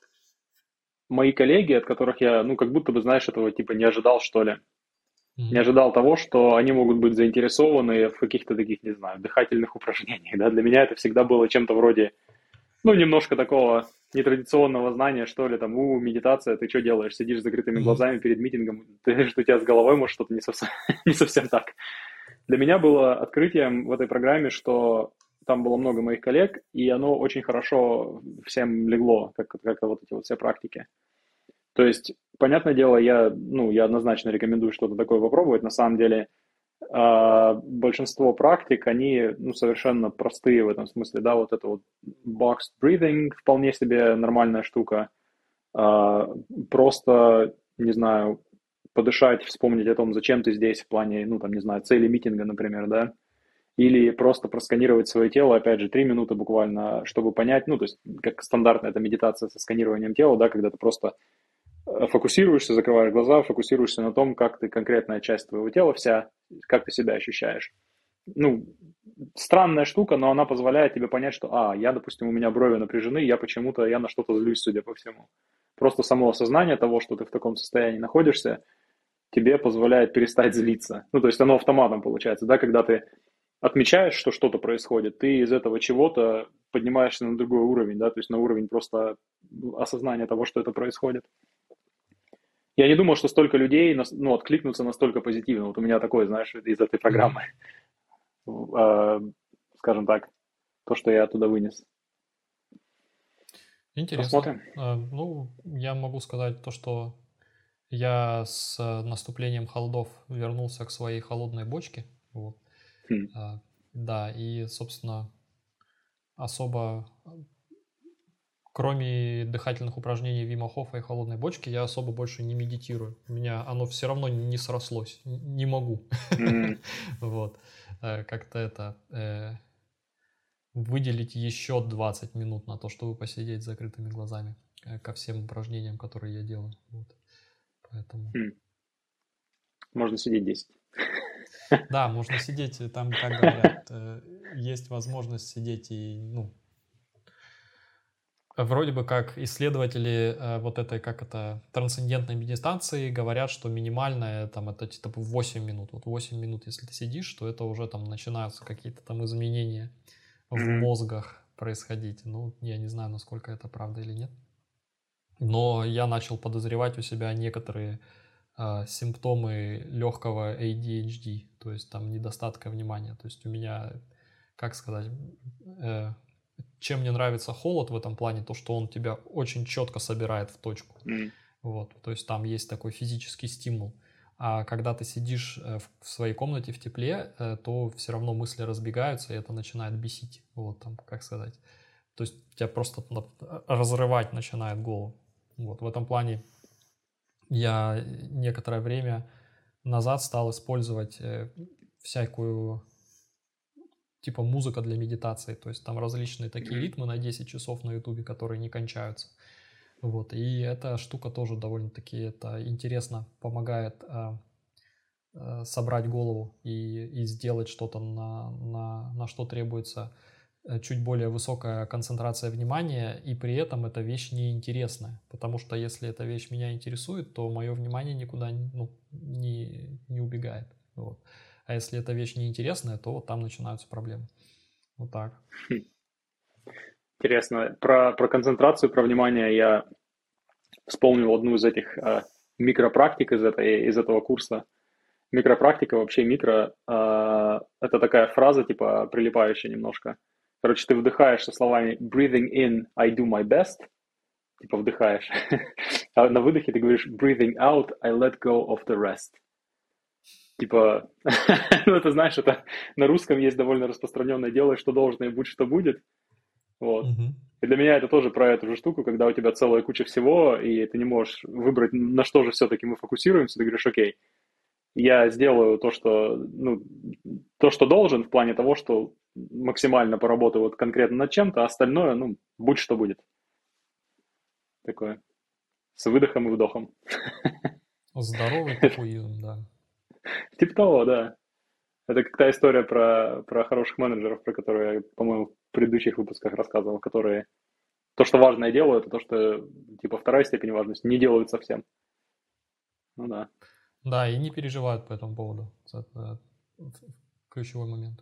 мои коллеги, от которых я, ну, как будто бы, знаешь, этого типа не ожидал, что ли. Mm-hmm. Не ожидал того, что они могут быть заинтересованы в каких-то таких, не знаю, дыхательных упражнениях, да. Для меня это всегда было чем-то вроде, ну, немножко такого нетрадиционного знания, что ли, там, у, медитация, ты что делаешь, сидишь с закрытыми mm-hmm. глазами перед митингом, ты, что у тебя с головой, может, что-то не совсем, не совсем так. Для меня было открытием в этой программе, что там было много моих коллег, и оно очень хорошо всем легло, как, как вот эти вот все практики. То есть, понятное дело, я, ну, я однозначно рекомендую что-то такое попробовать. На самом деле, э, большинство практик, они, ну, совершенно простые в этом смысле, да, вот это вот box breathing, вполне себе нормальная штука. Э, просто, не знаю, подышать, вспомнить о том, зачем ты здесь в плане, ну, там, не знаю, цели митинга, например, да, или просто просканировать свое тело, опять же, три минуты буквально, чтобы понять, ну, то есть, как стандартная эта медитация со сканированием тела, да, когда ты просто фокусируешься, закрываешь глаза, фокусируешься на том, как ты, конкретная часть твоего тела вся, как ты себя ощущаешь. Ну, странная штука, но она позволяет тебе понять, что, а, я, допустим, у меня брови напряжены, я почему-то, я на что-то злюсь, судя по всему. Просто само осознание того, что ты в таком состоянии находишься, тебе позволяет перестать злиться. Ну, то есть оно автоматом получается, да, когда ты отмечаешь, что что-то происходит, ты из этого чего-то поднимаешься на другой уровень, да, то есть на уровень просто осознания того, что это происходит. Я не думал, что столько людей, ну, откликнутся настолько позитивно. Вот у меня такое, знаешь, из этой программы, mm-hmm. скажем так, то, что я оттуда вынес. Интересно. Посмотрим. Ну, я могу сказать то, что я с наступлением холодов вернулся к своей холодной бочке. Вот. Hmm. Да, и, собственно, особо, кроме дыхательных упражнений Вима Хофа и холодной бочки, я особо больше не медитирую. У меня оно все равно не срослось. Не могу. Mm. Вот. Как-то это... выделить еще двадцать минут на то, чтобы посидеть с закрытыми глазами ко всем упражнениям, которые я делаю. Вот. Поэтому... Mm. Можно сидеть десять. Да, можно сидеть, там, как говорят, есть возможность сидеть и, ну, вроде бы как исследователи вот этой, как это, трансцендентной медитации говорят, что минимальное там это типа восемь минут. Вот восемь минут, если ты сидишь, то это уже там начинаются какие-то там изменения в mm-hmm. мозгах происходить. Ну, я не знаю, насколько это правда или нет. Но я начал подозревать у себя некоторые э, симптомы легкого эй ди эйч ди, то есть там недостатка внимания. То есть у меня как сказать, э, чем мне нравится холод в этом плане, то, что он тебя очень четко собирает в точку. Mm. Вот, то есть там есть такой физический стимул. А когда ты сидишь э, в, в своей комнате в тепле, э, то все равно мысли разбегаются, и это начинает бесить. Вот там, как сказать. То есть тебя просто на- разрывать начинает голову. Вот в этом плане я некоторое время назад стал использовать э, всякую типа музыка для медитации, то есть там различные такие Mm. ритмы на десять часов на ютубе, которые не кончаются. Вот, и эта штука тоже довольно-таки это интересно, помогает э, э, собрать голову и, и сделать что-то, на, на, на что требуется э, чуть более высокая концентрация внимания, и при этом эта вещь неинтересная, потому что если эта вещь меня интересует, то мое внимание никуда ну, не, не убегает. Вот. А если эта вещь неинтересная, то вот там начинаются проблемы. Вот так. Интересно. Про, про концентрацию, про внимание я вспомнил одну из этих э, микропрактик из, этой, из этого курса. Микропрактика, вообще микро, э, это такая фраза, типа, прилипающая немножко. Короче, ты вдыхаешь со словами breathing in, I do my best, типа вдыхаешь. А на выдохе ты говоришь breathing out, I let go of the rest. Типа, ну это знаешь, это на русском есть довольно распространенное дело, что должно и будь, что будет. Вот. Мгм. И для меня это тоже про эту же штуку, когда у тебя целая куча всего, и ты не можешь выбрать, на что же все-таки мы фокусируемся, ты говоришь, окей, я сделаю то, что, ну, то, что должен, в плане того, что максимально поработаю вот конкретно над чем-то, а остальное, ну, будь что будет. Такое. С выдохом и вдохом. Здоровый попуизм, да. Типа того, да. Это как та история про, про хороших менеджеров, про которые я, по-моему, в предыдущих выпусках рассказывал, которые то, что важное делают, и то, что, типа, вторая степень важности, не делают совсем. Ну да. Да, и не переживают по этому поводу. Это ключевой момент.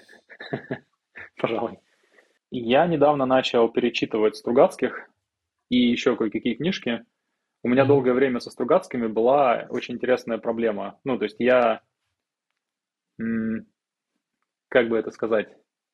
Пожалуй. Я недавно начал перечитывать Стругацких и еще кое-какие книжки. У меня Мгм. долгое время со Стругацкими была очень интересная проблема. Ну, то есть я, м, как бы это сказать,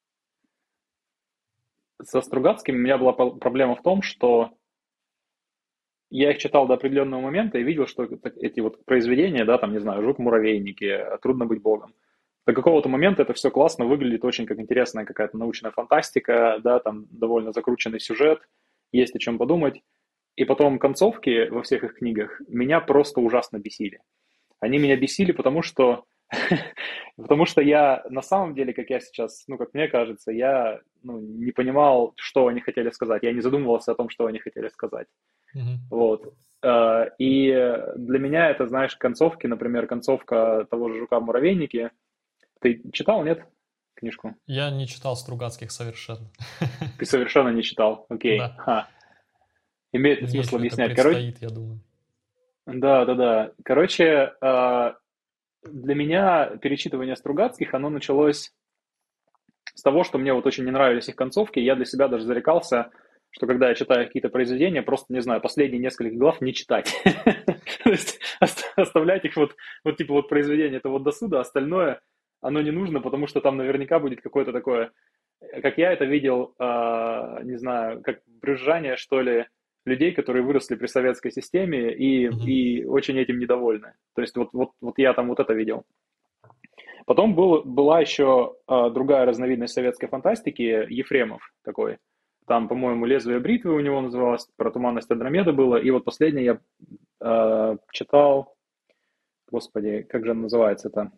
со Стругацкими у меня была пол- проблема в том, что я их читал до определенного момента и видел, что это- эти вот произведения, да, там, не знаю, «Жук в муравейнике», «Трудно быть богом», до какого-то момента это все классно выглядит, очень как интересная какая-то научная фантастика, да, там довольно закрученный сюжет, есть о чем подумать. И потом концовки во всех их книгах меня просто ужасно бесили. Они меня бесили, потому что, потому что я на самом деле, как я сейчас, ну, как мне кажется, я ну, не понимал, что они хотели сказать. Я не задумывался о том, что они хотели сказать. Мгм. Вот. Э, И для меня это, знаешь, концовки, например, концовка того же «Жука в муравейнике». Ты читал, нет, книжку? Я не читал Стругацких совершенно. Ты совершенно не читал. Окей. Да, Ха. Имеет ли мне смысл еще это объяснять? Короче, предстоит, я думаю. да, да, да. Короче, э, для меня перечитывание Стругацких, оно началось с того, что мне вот очень не нравились их концовки. Я для себя даже зарекался, что когда я читаю какие-то произведения, просто, не знаю, последние несколько глав не читать. То есть оставлять их вот, вот типа вот произведение это вот до суда, остальное оно не нужно, потому что там наверняка будет какое-то такое, как я это видел, э, не знаю, как брюзжание, что ли, людей, которые выросли при советской системе и, Мгм. и очень этим недовольны. То есть вот, вот, вот я там вот это видел. Потом был, была еще э, другая разновидность советской фантастики, Ефремов такой. Там, по-моему, «Лезвие бритвы» у него называлось, про туманность Андромеды было. И вот последнее я э, читал, господи, как же он называется-то?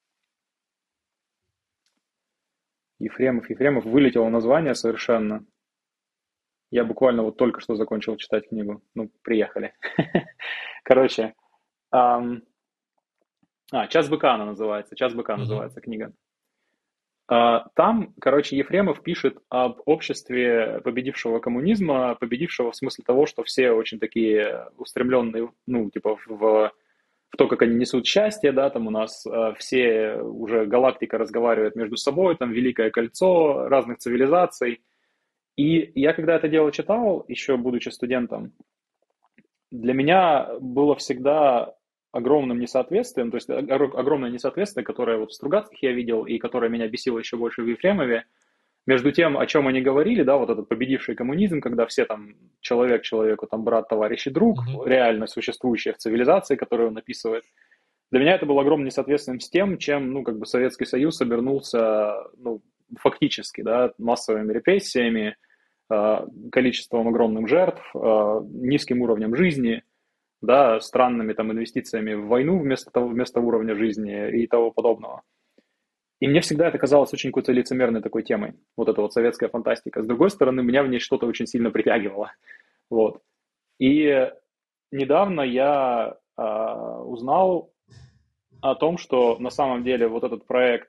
Ефремов, Ефремов, вылетело название совершенно. Я буквально вот только что закончил читать книгу. Ну, приехали. Короче, ам, а, «Час быка» она называется. «Час быка» Мгм. называется книга. А, Там, короче, Ефремов пишет об обществе победившего коммунизма, победившего в смысле того, что все очень такие устремленные, ну, типа, в, в то, как они несут счастье, да, там у нас э, все уже галактика разговаривает между собой, там Великое кольцо разных цивилизаций. И я когда это дело читал, еще будучи студентом, для меня было всегда огромным несоответствием, то есть огр- огромное несоответствие, которое вот в Стругацких я видел и которое меня бесило еще больше в Ефремове, между тем, о чем они говорили, да, вот этот победивший коммунизм, когда все там человек человеку, там брат, товарищ и друг, Мгм. реально существующая в цивилизации, которую он описывает, для меня это было огромным несоответствием с тем, чем, ну, как бы Советский Союз обернулся, ну, фактически, да, массовыми репрессиями, э, количеством огромных жертв, э, низким уровнем жизни, да, странными там инвестициями в войну вместо того, вместо уровня жизни и того подобного. И мне всегда это казалось очень какой-то лицемерной такой темой, вот эта вот советская фантастика. С другой стороны, меня в ней что-то очень сильно притягивало. Вот. И недавно я а, узнал о том, что на самом деле вот этот проект,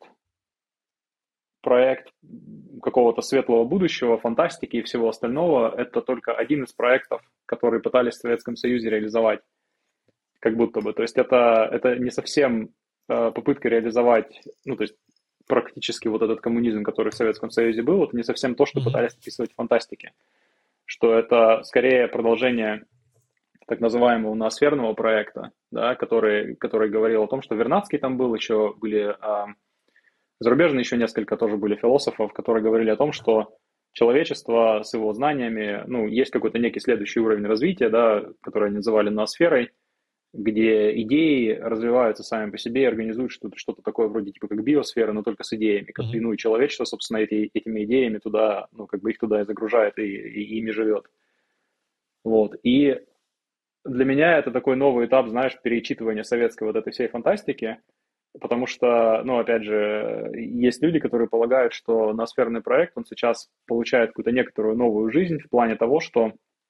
проект какого-то светлого будущего, фантастики и всего остального, это только один из проектов, которые пытались в Советском Союзе реализовать, как будто бы. То есть это, это не совсем э, попытка реализовать, ну, то есть практически вот этот коммунизм, который в Советском Союзе был, это не совсем то, что Мгм. пытались описывать в фантастике. Что это скорее продолжение так называемого ноосферного проекта, да, который, который говорил о том, что Вернадский там был, еще были а, зарубежные еще несколько тоже были философов, которые говорили о том, что человечество с его знаниями, ну, есть какой-то некий следующий уровень развития, да, который они называли ноосферой, где идеи развиваются сами по себе и организуют что-то, что-то такое вроде типа как биосфера, но только с идеями. Как, Мгм. ну и человечество, собственно, эти, этими идеями туда, ну, как бы их туда и загружает, и, и ими живет. Вот. И для меня это такой новый этап, знаешь, перечитывания советской вот этой всей фантастики, потому что, ну, опять же, есть люди, которые полагают, что ноосферный проект, он сейчас получает какую-то некоторую новую жизнь в плане того, что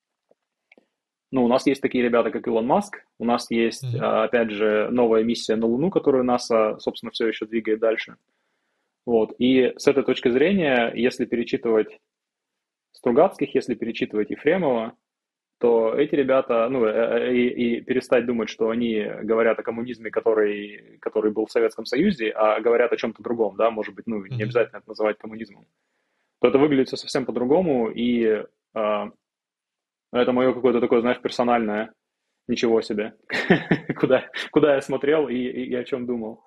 ну, у нас есть такие ребята, как Илон Маск, у нас есть, Мгм. а, опять же, новая миссия на Луну, которую НАСА, собственно, все еще двигает дальше. Вот. И с этой точки зрения, если перечитывать Стругацких, если перечитывать Ефремова, то эти ребята, ну, э, э, и, и перестать думать, что они говорят о коммунизме, который, который был в Советском Союзе, а говорят о чем-то другом, да, может быть, ну, не Мгм. обязательно это называть коммунизмом, то это выглядит все совсем по-другому, и а, это мое какое-то такое, знаешь, персональное ничего себе. Куда, куда я смотрел и, и, и о чем думал.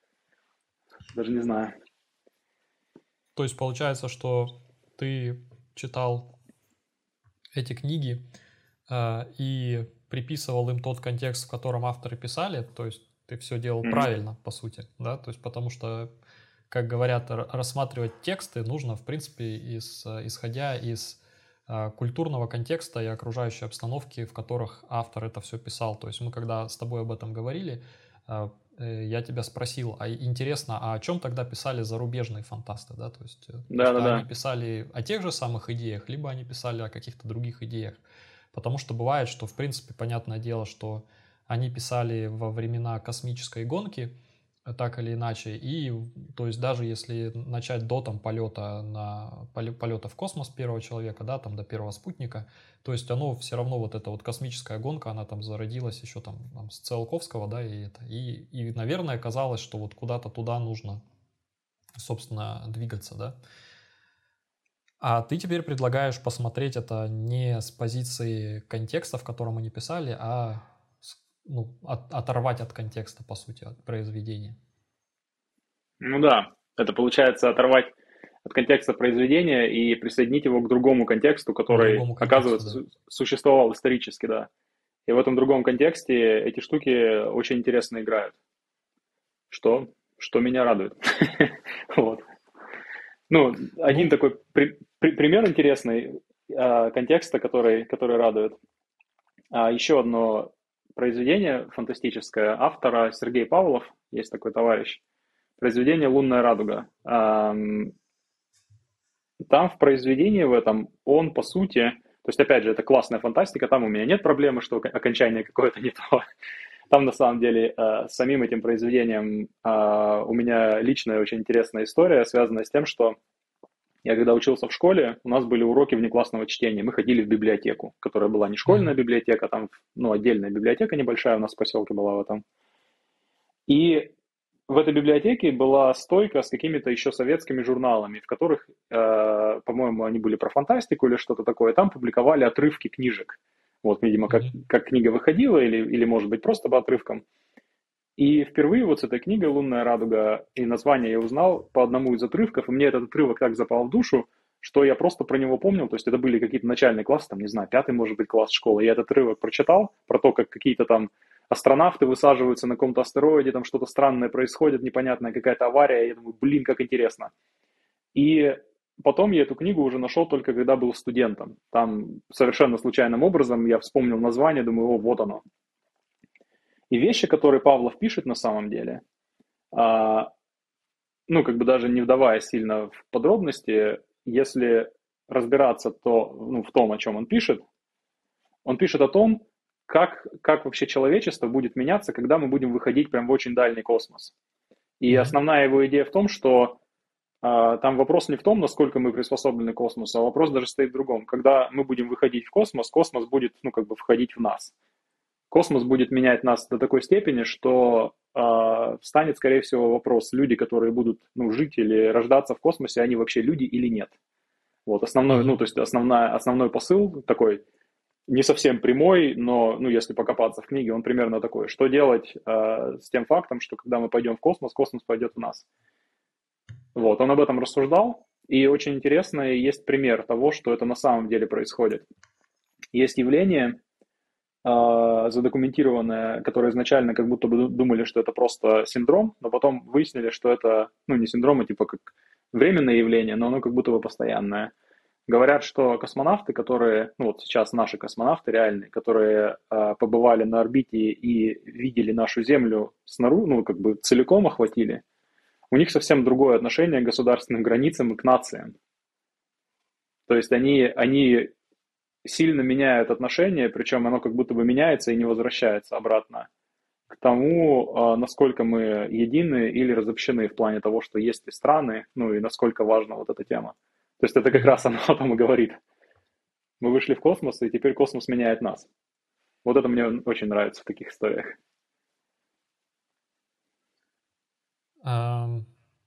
Даже не знаю. То есть получается, что ты читал эти книги э, и приписывал им тот контекст, в котором авторы писали, то есть ты все делал Мгм. правильно, по сути, да, то есть потому что, как говорят, р- рассматривать тексты нужно, в принципе, из, э, исходя из э, культурного контекста и окружающей обстановки, в которых автор это все писал. То есть мы когда с тобой об этом говорили, э, э, я тебя спросил, а интересно, а о чем тогда писали зарубежные фантасты, да, то есть э, просто Да-да-да. они писали о тех же самых идеях, либо они писали о каких-то других идеях. Потому что бывает, что, в принципе, понятное дело, что они писали во времена космической гонки, э, так или иначе, и, то есть, даже если начать до там полета, на, полета в космос первого человека, да, там до первого спутника, то есть оно все равно, вот эта вот космическая гонка, она там зародилась еще там, там с Циолковского, да, и это, и, и, наверное, казалось, что вот куда-то туда нужно, собственно, двигаться, да. А ты теперь предлагаешь посмотреть это не с позиции контекста, в котором они писали, а с- ну, от- оторвать от контекста, по сути, от произведения. Ну да, это получается оторвать от контекста произведения и присоединить его к другому контексту, К который, другому контексту, оказывается, да. су- существовал исторически, да. И в этом другом контексте эти штуки очень интересно играют, что, что меня радует. Вот. Ну, один Ну, такой при- при- пример интересный а, контекста, который, который радует. А еще одно произведение фантастическое автора Сергей Павлов, есть такой товарищ. Произведение «Лунная радуга». Ам, Там в произведении в этом он, по сути, то есть, опять же, это классная фантастика, там у меня нет проблемы, что окончание какое-то не то. Там, на самом деле, э, с самим этим произведением э, у меня личная очень интересная история, связанная с тем, что я когда учился в школе, у нас были уроки внеклассного чтения. Мы ходили в библиотеку, которая была не школьная мгм, библиотека, а там, ну, отдельная библиотека небольшая у нас в поселке была в этом. И в этой библиотеке была стойка с какими-то еще советскими журналами, в которых, э, по-моему, они были про фантастику или что-то такое. Там публиковали отрывки книжек. Вот, видимо, как, мгм. как книга выходила, или, или, может быть, просто по отрывкам. И впервые вот с этой книгой «Лунная радуга» и название я узнал по одному из отрывков, и мне этот отрывок так запал в душу, что я просто про него помнил, то есть это были какие-то начальные классы, там, не знаю, пятый, может быть, класс школы. Я этот отрывок прочитал про то, как какие-то там астронавты высаживаются на каком-то астероиде, там что-то странное происходит, непонятная какая-то авария, и я думаю, блин, как интересно. И потом я эту книгу уже нашел только когда был студентом. Там совершенно случайным образом я вспомнил название, думаю, о, вот оно. И вещи, которые Павлов пишет на самом деле, а, ну, как бы даже не вдаваясь сильно в подробности, если разбираться то, ну, в том, о чем он пишет, он пишет о том, как, как вообще человечество будет меняться, когда мы будем выходить прям в очень дальний космос. И Мгм. основная его идея в том, что а, там вопрос не в том, насколько мы приспособлены к космосу, а вопрос даже стоит в другом. Когда мы будем выходить в космос, космос будет, ну, как бы входить в нас. Космос будет менять нас до такой степени, что э, встанет, скорее всего, вопрос, люди, которые будут, ну, жить или рождаться в космосе, они вообще люди или нет. Вот основной, ну, Мгм. то есть основная, основной посыл такой, не совсем прямой, но, ну, если покопаться в книге, он примерно такой. Что делать э, с тем фактом, что когда мы пойдем в космос, космос пойдет в нас? Вот, он об этом рассуждал, и очень интересно, есть пример того, что это на самом деле происходит. Есть явление, задокументированное, которые изначально как будто бы думали, что это просто синдром, но потом выяснили, что это, ну, не синдром, а типа как временное явление, но оно как будто бы постоянное. Говорят, что космонавты, которые, ну вот сейчас наши космонавты реальные, которые э, побывали на орбите и видели нашу Землю снаружи, ну, как бы целиком охватили, у них совсем другое отношение к государственным границам и к нациям. То есть они, они сильно меняют отношение, причем оно как будто бы меняется и не возвращается обратно к тому, насколько мы едины или разобщены в плане того, что есть ли страны, ну и насколько важна вот эта тема. То есть это как Мгм. раз оно о том и говорит. Мы вышли в космос, и теперь космос меняет нас. Вот это мне очень нравится в таких историях. Ам,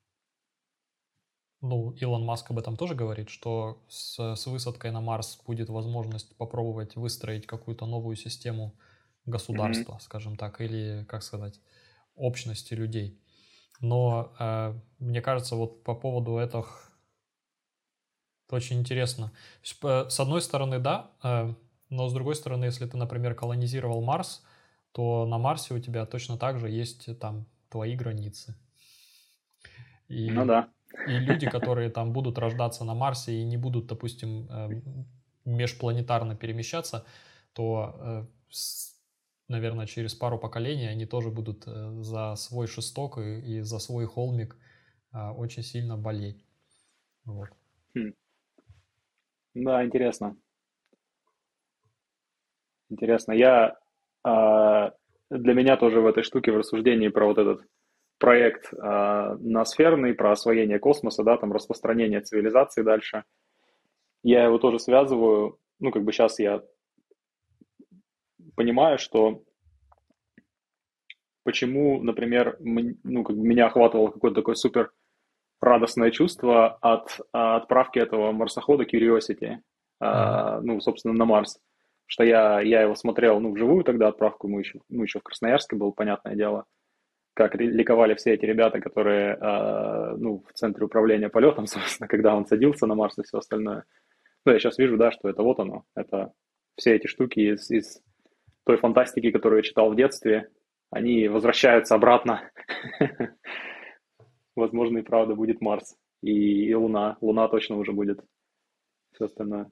Ну, Илон Маск об этом тоже говорит, что с, с высадкой на Марс будет возможность попробовать выстроить какую-то новую систему Мгм. государства, скажем так, или, как сказать, общности людей. Но э, мне кажется, вот по поводу этого это очень интересно. То есть, э, С одной стороны, да, э, но с другой стороны, если ты, например, колонизировал Марс, то на Марсе у тебя точно так же есть э, там твои границы. Ну И, да. и люди, которые там будут рождаться на Марсе и не будут, допустим, э, межпланетарно перемещаться, то, э, с- наверное, через пару поколений они тоже будут э, за свой шесток и, и за свой холмик э, очень сильно болеть. Вот. Хм. Да, интересно. Интересно. Я а, для меня тоже в этой штуке в рассуждении про вот этот проект а, ноосферный, про освоение космоса, да, там распространение цивилизации дальше. Я его тоже связываю, ну, как бы сейчас я понимаю, что почему, например, м- ну, как бы меня охватывало какое-то такое супер радостное чувство от а, отправки этого марсохода Curiosity, Мгм. а, ну, собственно, на Марс. Что я, я его смотрел, ну, вживую тогда отправку, мы еще, ну, еще в Красноярске был, понятное дело, как ри- ликовали все эти ребята, которые, а, ну, в центре управления полетом, собственно, когда он садился на Марс и все остальное. Ну, я сейчас вижу, да, что это вот оно, это все эти штуки из, из той фантастики, которую я читал в детстве, они возвращаются обратно. Возможно, и правда будет Марс. И, и Луна. Луна точно уже будет. Все остальное.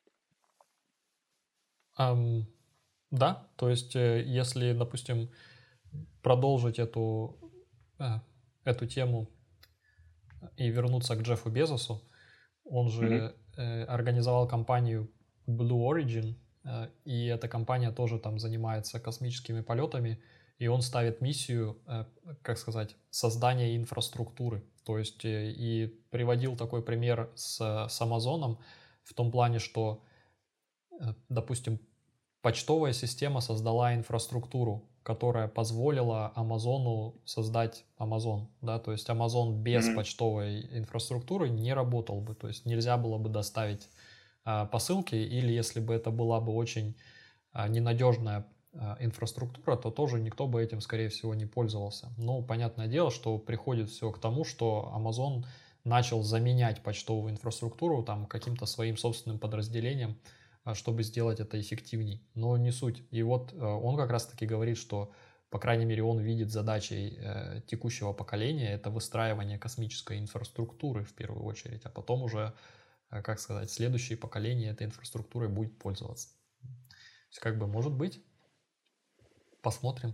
Ам, да, то есть, э, если, допустим, продолжить эту, э, эту тему и вернуться к Джеффу Безосу, он Мгм. же э, организовал компанию Blue Origin, э, и эта компания тоже там занимается космическими полетами, и он ставит миссию, э, как сказать, создания инфраструктуры. То есть э, и приводил такой пример с, с Амазоном в том плане, что, э, допустим, почтовая система создала инфраструктуру, которая позволила Амазону создать Амазон, да, то есть Амазон без Мгм. почтовой инфраструктуры не работал бы, то есть нельзя было бы доставить а, посылки, или если бы это была бы очень а, ненадежная инфраструктура, то тоже никто бы этим, скорее всего, не пользовался. Но понятное дело, что приходит все к тому, что Amazon начал заменять почтовую инфраструктуру там каким-то своим собственным подразделением, чтобы сделать это эффективней. Но не суть. И вот он как раз-таки говорит, что, по крайней мере, он видит задачей э, текущего поколения это выстраивание космической инфраструктуры в первую очередь, а потом уже, э, как сказать, следующее поколение этой инфраструктурой будет пользоваться. То есть, как бы, может быть, посмотрим.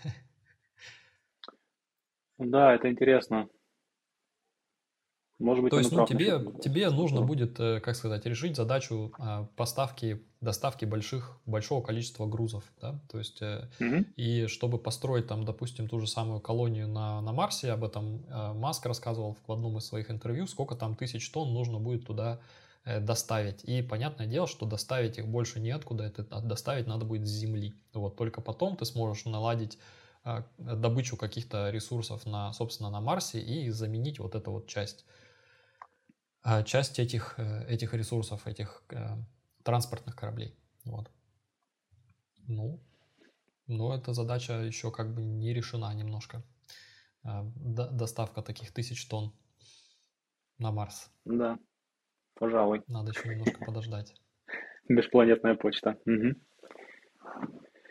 Да, это интересно. Может быть, То он и есть, ну, прав тебе, насчет тебе нужно инфраструктуры. будет, э, как сказать, решить задачу а, поставки, доставки больших, большого количества грузов, да, то есть, э, Мгм. и чтобы построить там, допустим, ту же самую колонию на, на Марсе, об этом э, Маск рассказывал в одном из своих интервью, сколько там тысяч тонн нужно будет туда э, доставить. И понятное дело, что доставить их больше неоткуда, это а доставить надо будет с Земли. Вот, только потом ты сможешь наладить э, добычу каких-то ресурсов на, собственно, на Марсе и заменить вот эту вот часть а, часть этих, э, этих ресурсов, этих э, транспортных кораблей. Вот. Ну, но эта задача еще как бы не решена немножко. А, до- доставка таких тысяч тонн на Марс. Да, пожалуй. Надо еще немножко подождать. Межпланетная почта. Мгм.